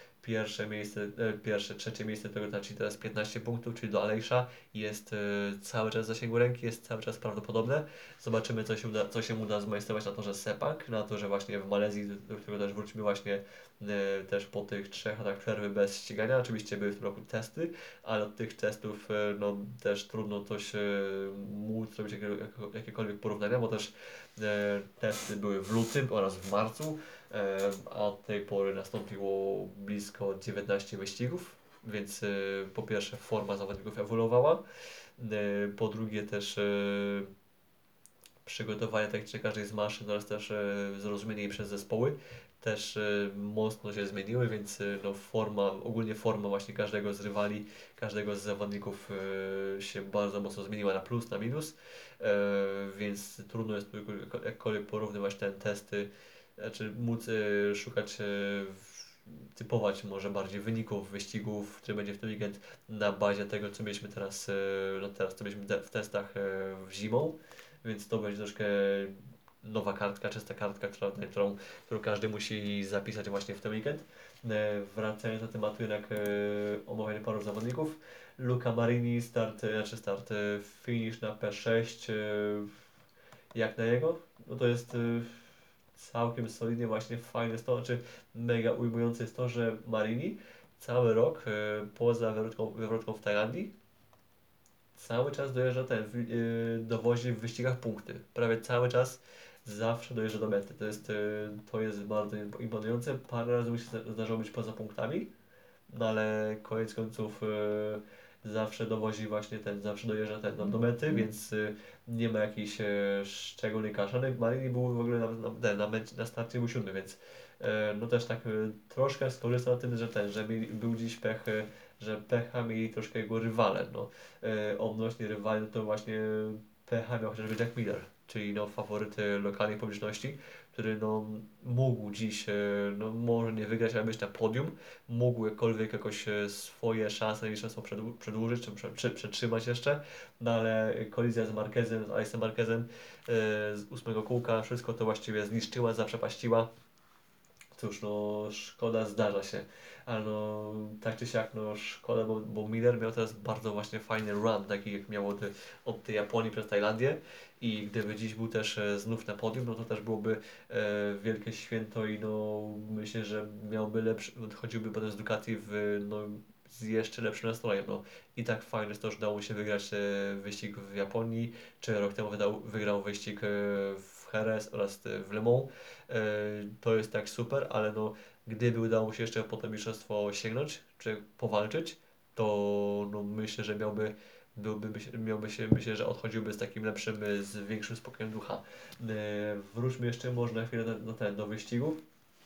trzecie miejsce, tego traci teraz 15 punktów, czyli do Alejsza, jest cały czas w zasięgu ręki, jest cały czas prawdopodobne. Zobaczymy, co się uda zmajstrować na torze Sepang, na torze właśnie w Malezji, do którego też wrócimy właśnie też po tych 3 latach przerwy bez ścigania. Oczywiście były w tym roku testy, ale od tych testów no też trudno coś móc robić jakiekolwiek porównania, bo też testy były w lutym oraz w marcu, a od tej pory nastąpiło blisko 19 wyścigów, więc po pierwsze forma zawodników ewoluowała, po drugie też przygotowania techniczne każdej z maszyn oraz też zrozumienie jej przez zespoły też mocno się zmieniły, więc no ogólnie forma właśnie każdego z rywali, każdego z zawodników się bardzo mocno zmieniła na plus, na minus, więc trudno jest tu jakkolwiek porównywać te testy, znaczy móc szukać typować może bardziej wyników wyścigów, który będzie w ten weekend na bazie tego, co mieliśmy teraz, co mieliśmy w testach w zimą, więc to będzie troszkę nowa kartka, czysta kartka, którą każdy musi zapisać właśnie w ten weekend. Wracając do tematu jednak omawiania paru zawodników. Luca Marini, finish na P6, jak na jego, no to jest całkiem solidnie właśnie fajne jest to, znaczy mega ujmujące jest to, że Marini cały rok poza wywrotką w Tajlandii cały czas dojeżdża dowozi w wyścigach punkty. Prawie cały czas zawsze dojeżdża do mety. To jest bardzo imponujące. Parę razy mu się zdarzyło być poza punktami, no ale koniec końców zawsze dowozi właśnie zawsze dojeżdża do mety, więc nie ma jakiejś szczególnej kaszanek. Marini był w ogóle na starcie był 7, więc no też tak troszkę skorzystał na tym, że był dziś pech, że pecha mieli troszkę jego rywale. No. Odnośnie rywali, no to właśnie pecha miał chociażby Jack Miller, czyli no, faworyty lokalnej publiczności, który no, mógł dziś, no, może nie wygrać, ale być na podium, mógł jakkolwiek jakoś swoje szanse i szanse przedłużyć, czy przetrzymać jeszcze, no ale kolizja z Marquezem, z Alexem Marquezem z 8 kółka, wszystko to właściwie zniszczyła, zaprzepaściła. Cóż, no szkoda, zdarza się, ale no tak czy siak, no szkoda, bo Miller miał teraz bardzo właśnie fajny run, taki jak miał od tej Japonii przez Tajlandię i gdyby dziś był też znów na podium, no to też byłoby wielkie święto i no myślę, że miałby lepszy, odchodziłby potem z Ducati no, z jeszcze lepszym nastrojem, no i tak fajne jest to, że udało mu się wygrać wyścig w Japonii, czy rok temu wygrał wyścig w Jerez oraz w Le Mans. To jest tak super, ale no, gdyby udało mu się jeszcze po to mistrzostwo sięgnąć, czy powalczyć, to no, myślę, że myślę, że odchodziłby z takim lepszym, z większym spokojem ducha. Wróćmy jeszcze może na chwilę do wyścigu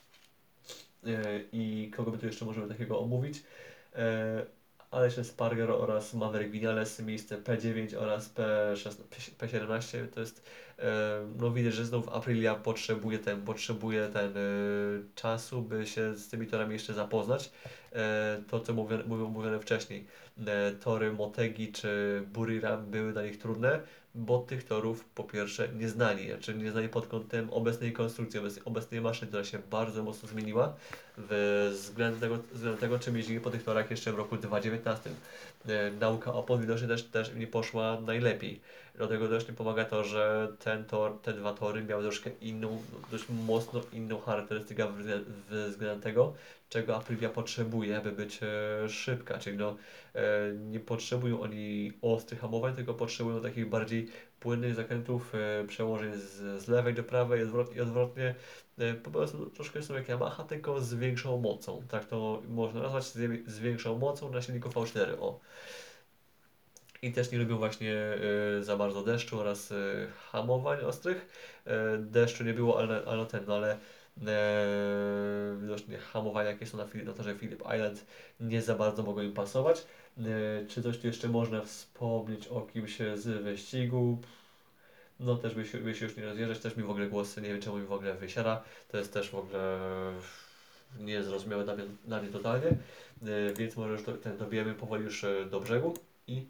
i kogo by tu jeszcze możemy takiego omówić. Aleix Espargaro oraz Maverick Viñales, miejsce P9 oraz P17, to jest, no widać, że znów Aprilia potrzebuje ten czasu, by się z tymi torami jeszcze zapoznać. To, co mówione wcześniej, tory Motegi czy Buriram były dla nich trudne, bo tych torów po pierwsze nie znali, znaczy nie znali pod kątem obecnej konstrukcji, obecnej maszyny, która się bardzo mocno zmieniła względem tego, czym jeździli po tych torach jeszcze w roku 2019. Nauka opon widocznie też nie poszła najlepiej. Do tego też nie pomaga to, że te dwa tory miały troszkę inną, dość mocno inną charakterystykę względem tego, czego Aprilia potrzebuje, aby być szybka. Czyli no, nie potrzebują oni ostrych hamowań, tylko potrzebują takich bardziej płynnych zakrętów, przełożeń z lewej do prawej i odwrotnie. Po prostu troszkę są jak Yamaha, tylko z większą mocą. Tak to można nazwać, z większą mocą na silniku V4. O. I też nie lubią właśnie za bardzo deszczu oraz hamowań ostrych. Deszczu nie było, ale widocznie hamowania, jakie są na torze Phillip Island, nie za bardzo mogą im pasować. Czy coś tu jeszcze można wspomnieć o kimś z wyścigu? No też by się już nie rozjeżdżać, też mi w ogóle głosy, nie wiem czemu mi w ogóle wysiada, to jest też w ogóle niezrozumiałe dla mnie totalnie, więc może już dobijemy powoli już do brzegu i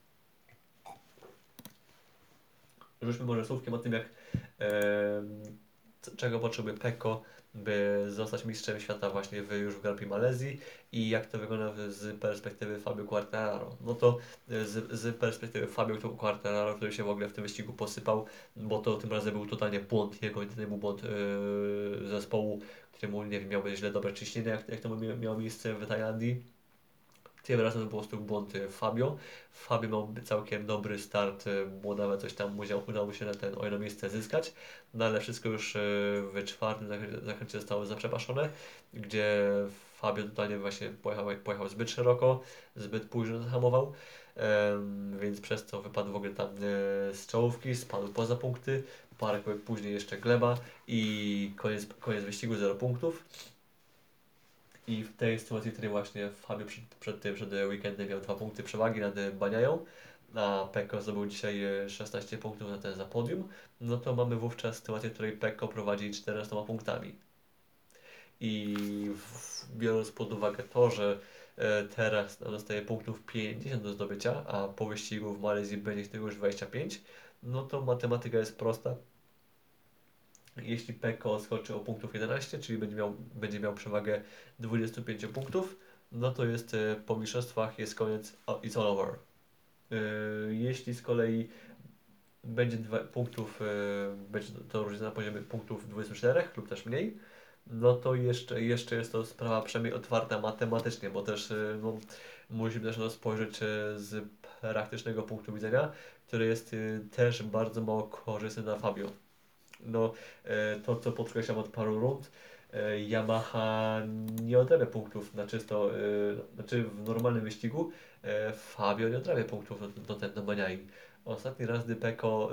rzućmy może słówkiem o tym, czego potrzebuje Pecco, by zostać mistrzem świata właśnie już w Grand Prix Malezji i jak to wygląda z perspektywy Fabio Quartararo. No to z perspektywy Fabio Quartararo, który się w ogóle w tym wyścigu posypał, bo to tym razem był totalnie błąd jego, i to był błąd zespołu, któremu nie wiem, miał być źle dobrać ciśnienie, jak to miało miejsce w Tajlandii. Tym razem to po prostu błąd Fabio. Fabio miał całkiem dobry start, bo nawet coś tam udało mu się o jedno miejsce zyskać, no ale wszystko już w czwartym zakręcie zostało zaprzepaszczone, gdzie Fabio totalnie właśnie pojechał zbyt szeroko, zbyt późno zahamował, więc przez co wypadł w ogóle tam z czołówki, spadł poza punkty, parę później jeszcze gleba i koniec wyścigu, 0 punktów. I w tej sytuacji, w której właśnie Fabio przed weekendem miał 2 punkty przewagi nad Baniają, a Pecco zdobył dzisiaj 16 punktów za podium, no to mamy wówczas sytuację, w której Pecco prowadzi 14 punktami. I biorąc pod uwagę to, że teraz dostaje punktów 50 do zdobycia, a po wyścigu w Malezji będzie ich tego już 25, no to matematyka jest prosta. Jeśli Pecco skoczy o punktów 11, czyli będzie miał przewagę 25 punktów, no to jest po mistrzostwach jest koniec, it's all over. Jeśli z kolei będzie będzie to różnica na poziomie punktów 24 lub też mniej, no to jeszcze jest to sprawa przynajmniej otwarta matematycznie, bo też no, musimy też na to spojrzeć z praktycznego punktu widzenia, który jest też bardzo mało korzystny dla Fabio. No, to co podkreślam od paru rund, Yamaha nie odrabia punktów na czysto, znaczy w normalnym wyścigu Fabio nie odrabia punktów do Baniai. Ostatni raz, gdy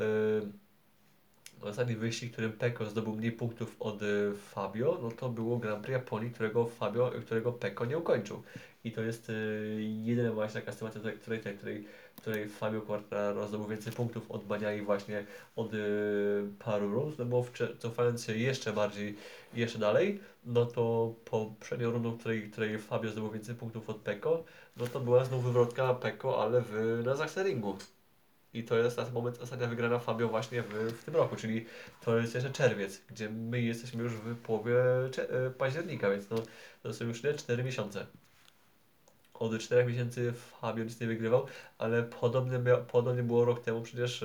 ostatni wyścig, w którym Pecco zdobył mniej punktów od Fabio, no to było Grand Prix Japonii, którego Pecco nie ukończył. I to jest jedyna właśnie taka sytuacja, w której Fabio Quartararo zdobył więcej punktów od Baniai właśnie od paru rund, no bo cofając się jeszcze bardziej, jeszcze dalej, no to poprzednią rundą, w której Fabio zdobył więcej punktów od Pecco, no to była znów wywrotka Pecco, ale na Sachsenringu. I to jest na ten moment ostatnia wygrana Fabio właśnie w tym roku, czyli to jest jeszcze czerwiec, gdzie my jesteśmy już w połowie października, więc no, to są już 4 miesiące. Od 4 miesięcy Fabio nic nie wygrywał, ale podobnie było rok temu przecież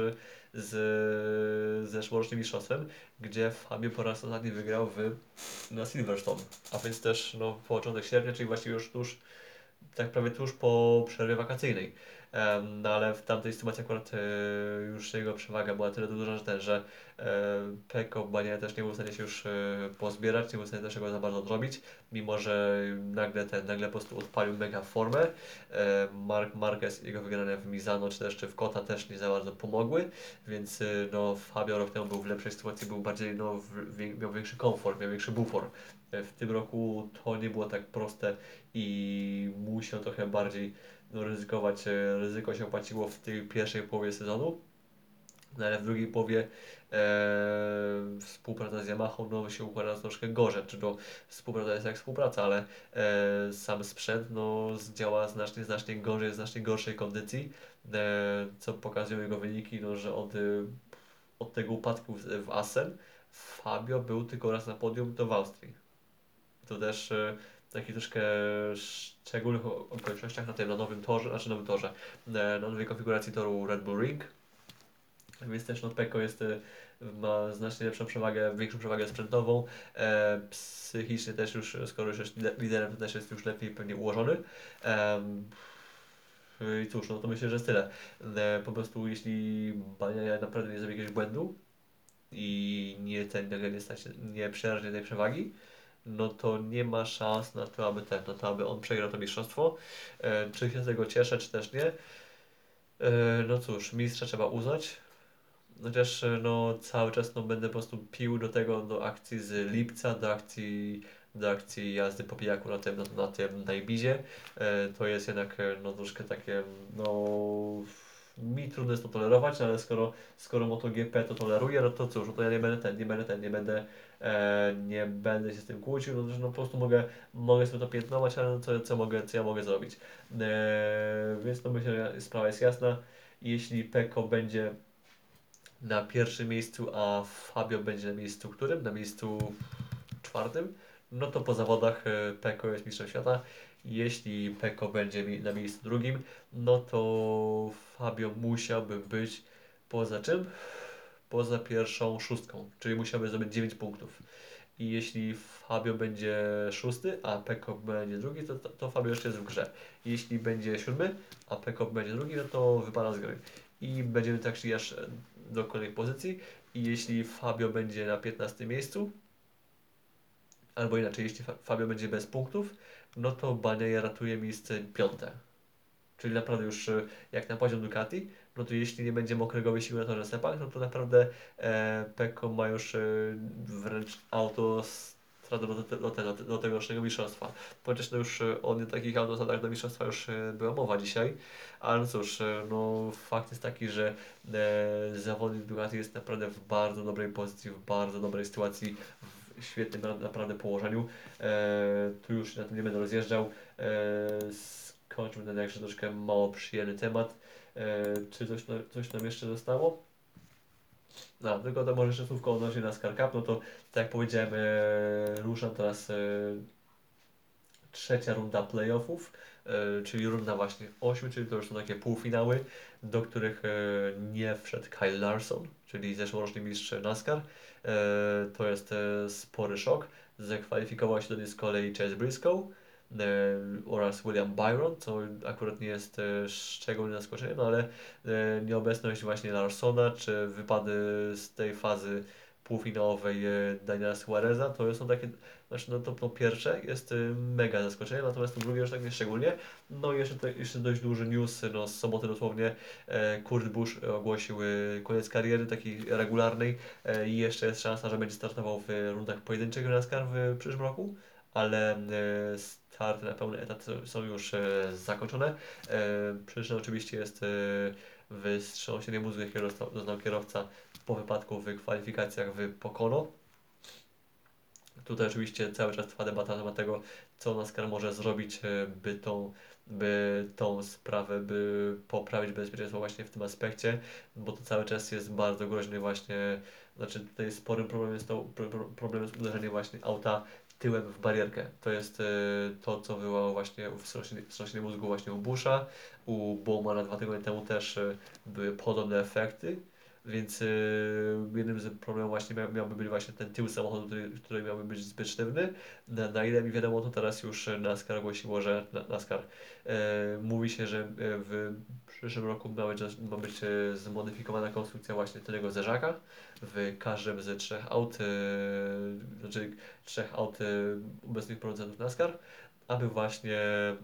z zeszłorocznym mistrzostwem, gdzie Fabio po raz ostatni wygrał na Silverstone, a więc też no, początek sierpnia, czyli właściwie już tak prawie tuż po przerwie wakacyjnej. No ale w tamtej sytuacji akurat już jego przewaga była tyle duża, że Pecco Bagnaia też nie był w stanie się już pozbierać, nie był w stanie też tego za bardzo odrobić, mimo że nagle po prostu odpalił mega formę. Mark Marquez i jego wygrane w Misano czy też w Kota też nie za bardzo pomogły, więc no, Fabio rok temu był w lepszej sytuacji, był bardziej, no, miał większy komfort, miał większy bufor. W tym roku to nie było tak proste i musiał trochę bardziej no, ryzykować. Ryzyko się opłaciło w tej pierwszej połowie sezonu, no, ale w drugiej połowie współpraca z Yamahą no, się układa troszkę gorzej. Czy to współpraca jest jak współpraca, ale sam sprzęt no, działa znacznie gorzej, w znacznie gorszej kondycji, co pokazują jego wyniki, no, że od tego upadku w Assen Fabio był tylko raz na podium, to w Austrii. To też takich troszkę szczególnych okolicznościach na nowym torze, na nowej konfiguracji toru Red Bull Ring. Więc też no, Pecco ma znacznie lepszą przewagę, większą przewagę sprzętową. Psychicznie też już, skoro już jest liderem, to też jest już lepiej pewnie ułożony. I cóż, no to myślę, że jest tyle. Po prostu jeśli Bagnaia naprawdę nie zrobi jakiegoś błędu i nie przerośnie tej przewagi, no to nie ma szans na to, aby on przegrał to mistrzostwo. Czy się z tego cieszę, czy też nie? No cóż, mistrza trzeba uznać. Chociaż no, cały czas no, będę po prostu pił do akcji z lipca, do akcji jazdy po pijaku na Ibizie. To jest jednak no, troszkę takie, no mi trudno jest to tolerować, no, ale skoro MotoGP to toleruje, no to cóż, no to ja nie będę się z tym kłócił, no, że no po prostu mogę sobie to piętnować, ale no, co ja mogę zrobić. Więc no myślę, że sprawa jest jasna. Jeśli Pecco będzie na pierwszym miejscu, a Fabio będzie na miejscu którym? Na miejscu czwartym, no to po zawodach Pecco jest mistrzem świata. Jeśli Pecco będzie na miejscu drugim, no to Fabio musiałby być poza czym? Poza pierwszą szóstką, czyli musiałby zdobyć 9 punktów. I jeśli Fabio będzie szósty, a Pecco będzie drugi, to Fabio jeszcze jest w grze. Jeśli będzie siódmy, a Pecco będzie drugi, no to wypada z gry. I będziemy tak szli aż do kolejnej pozycji. I jeśli Fabio będzie na 15 miejscu, albo inaczej, jeśli Fabio będzie bez punktów, no to Bagnaia ratuje miejsce piąte. Czyli naprawdę już jak na poziom Ducati, no to jeśli nie będzie mokrego wyścigu na torze Sepang, no to naprawdę Pecco ma już wręcz autostradę do tegorocznego mistrzostwa. Chociaż no już o nie takich autostradach do mistrzostwa już była mowa dzisiaj, ale no cóż, no fakt jest taki, że zawodnik Ducati jest naprawdę w bardzo dobrej pozycji, w bardzo dobrej sytuacji, w świetnym naprawdę położeniu. Tu już na tym nie będę rozjeżdżał. Kończmy ten jakże troszkę mało przyjemny temat. Czy coś nam jeszcze zostało? No, tylko to może jeszcze słówko odnośnie na Scar Cup. No to tak jak powiedziałem, ruszam teraz trzecia runda playoffów, czyli runda właśnie 8, czyli to już są takie półfinały, do których nie wszedł Kyle Larson, czyli zeszłoroczny mistrz NASCAR. To jest spory szok. Zakwalifikował się do niej z kolei Chase Briscoe oraz William Byron, co akurat nie jest szczególnym zaskoczeniem, no ale nieobecność właśnie Larsona, czy wypady z tej fazy półfinałowej Daniela Suareza, to są takie, znaczy no to pierwsze jest mega zaskoczenie, natomiast to drugie już tak nie szczególnie. No i jeszcze dość duży news, no z soboty dosłownie Kurt Busch ogłosił koniec kariery takiej regularnej i jeszcze jest szansa, że będzie startował w rundach pojedynczych NASCAR w przyszłym roku, ale starty na pełny etat są już zakończone. Przyczyną oczywiście jest wstrząsienie mózgu, jakiego doznał kierowca po wypadku w kwalifikacjach w Pocono. Tutaj oczywiście cały czas trwa debata na temat tego, co NASCAR może zrobić, by tą sprawę, by poprawić bezpieczeństwo właśnie w tym aspekcie, bo to cały czas jest bardzo groźny właśnie, znaczy tutaj sporym problemem jest problem jest uderzenie właśnie auta tyłem w barierkę. To jest to, co wywołało właśnie wstrząsienie mózgu właśnie u Busha, u Bowmana 2 tygodnie temu też były podobne efekty. Więc jednym z problemów właśnie miałby być właśnie ten tył samochodu, który miałby być zbyt sztywny. Na ile mi wiadomo, to teraz już NASCAR ogłosiło, że NASCAR mówi się, że w przyszłym roku ma być zmodyfikowana konstrukcja właśnie tylnego zderzaka w każdym z trzech aut, znaczy trzech aut obecnych producentów NASCAR, aby właśnie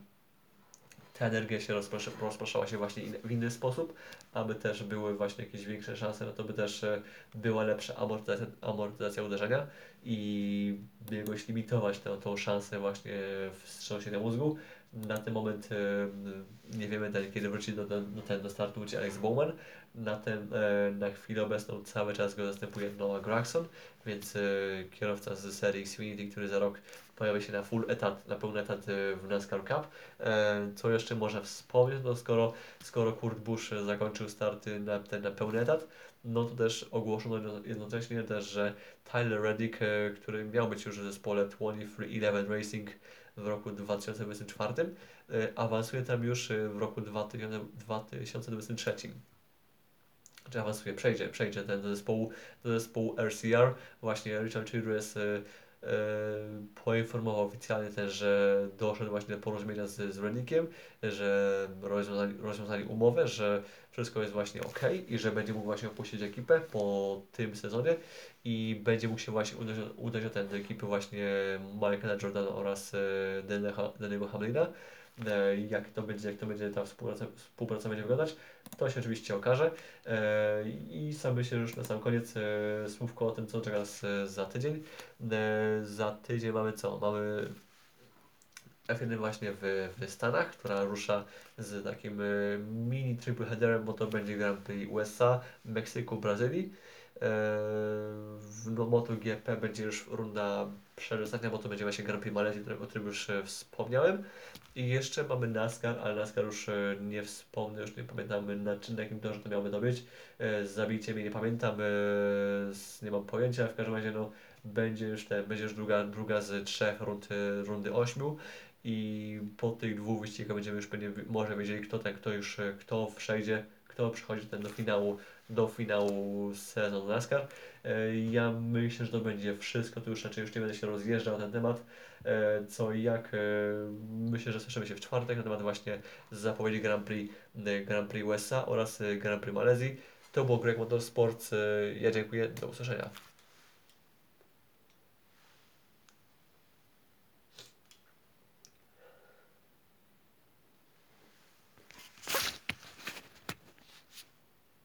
ta energia się rozpraszała się właśnie w inny sposób, aby też były właśnie jakieś większe szanse na to, by też była lepsza amortyzacja uderzenia i by jakoś limitować tą szansę właśnie wstrząsienia mózgu. Na ten moment nie wiemy, kiedy wróci do startu Alex Bowman. Na chwilę obecną cały czas go zastępuje Noah Gragson, więc kierowca z serii Xfinity, który za rok pojawi się na full etat, na pełny etat w NASCAR Cup. Co jeszcze można wspomnieć, no skoro Kurt Busch zakończył starty na pełny etat, no to też ogłoszono jednocześnie też, że Tyler Reddick, który miał być już w zespole 23XI Racing w roku 2024, awansuje tam już w roku 2023. Czy awansuje, przejdzie do zespołu RCR. Właśnie Richard Childress poinformował oficjalnie też, że doszedł właśnie do porozumienia z Redickiem, że rozwiązali umowę, że wszystko jest właśnie ok i że będzie mógł właśnie opuścić ekipę po tym sezonie i będzie mógł się właśnie udać do ekipy właśnie Michaela Jordana oraz Denny'ego Hamlina. Jak to będzie ta współpraca będzie wyglądać, to się oczywiście okaże. I sam myślę, że już na sam koniec słówko o tym, co czeka nas za tydzień. Za tydzień mamy co? Mamy F1 właśnie w Stanach, która rusza z takim mini triple headerem, bo to będzie Grand Prix USA, Meksyku, Brazylii. W MotoGP będzie już runda przedostatnia, bo to będzie właśnie Grand Prix Malezji, o którym już wspomniałem. I jeszcze mamy NASCAR, ale NASCAR już nie wspomnę, już nie pamiętam na jakim torze to miałoby to być. Zabijcie mnie, nie pamiętam, nie mam pojęcia, w każdym razie no, będzie już druga z trzech rundy 8 i po tych dwóch wyścigach będziemy już pewnie może wiedzieli kto przejdzie, kto przychodzi do finału sezonu NASCAR. Ja myślę, że to będzie wszystko, tu już raczej już nie będę się rozjeżdżał na ten temat, co i jak. Myślę, że słyszymy się w czwartek na temat właśnie zapowiedzi Grand Prix USA oraz Grand Prix Malezji. To było Greg Motorsports. Ja dziękuję, do usłyszenia.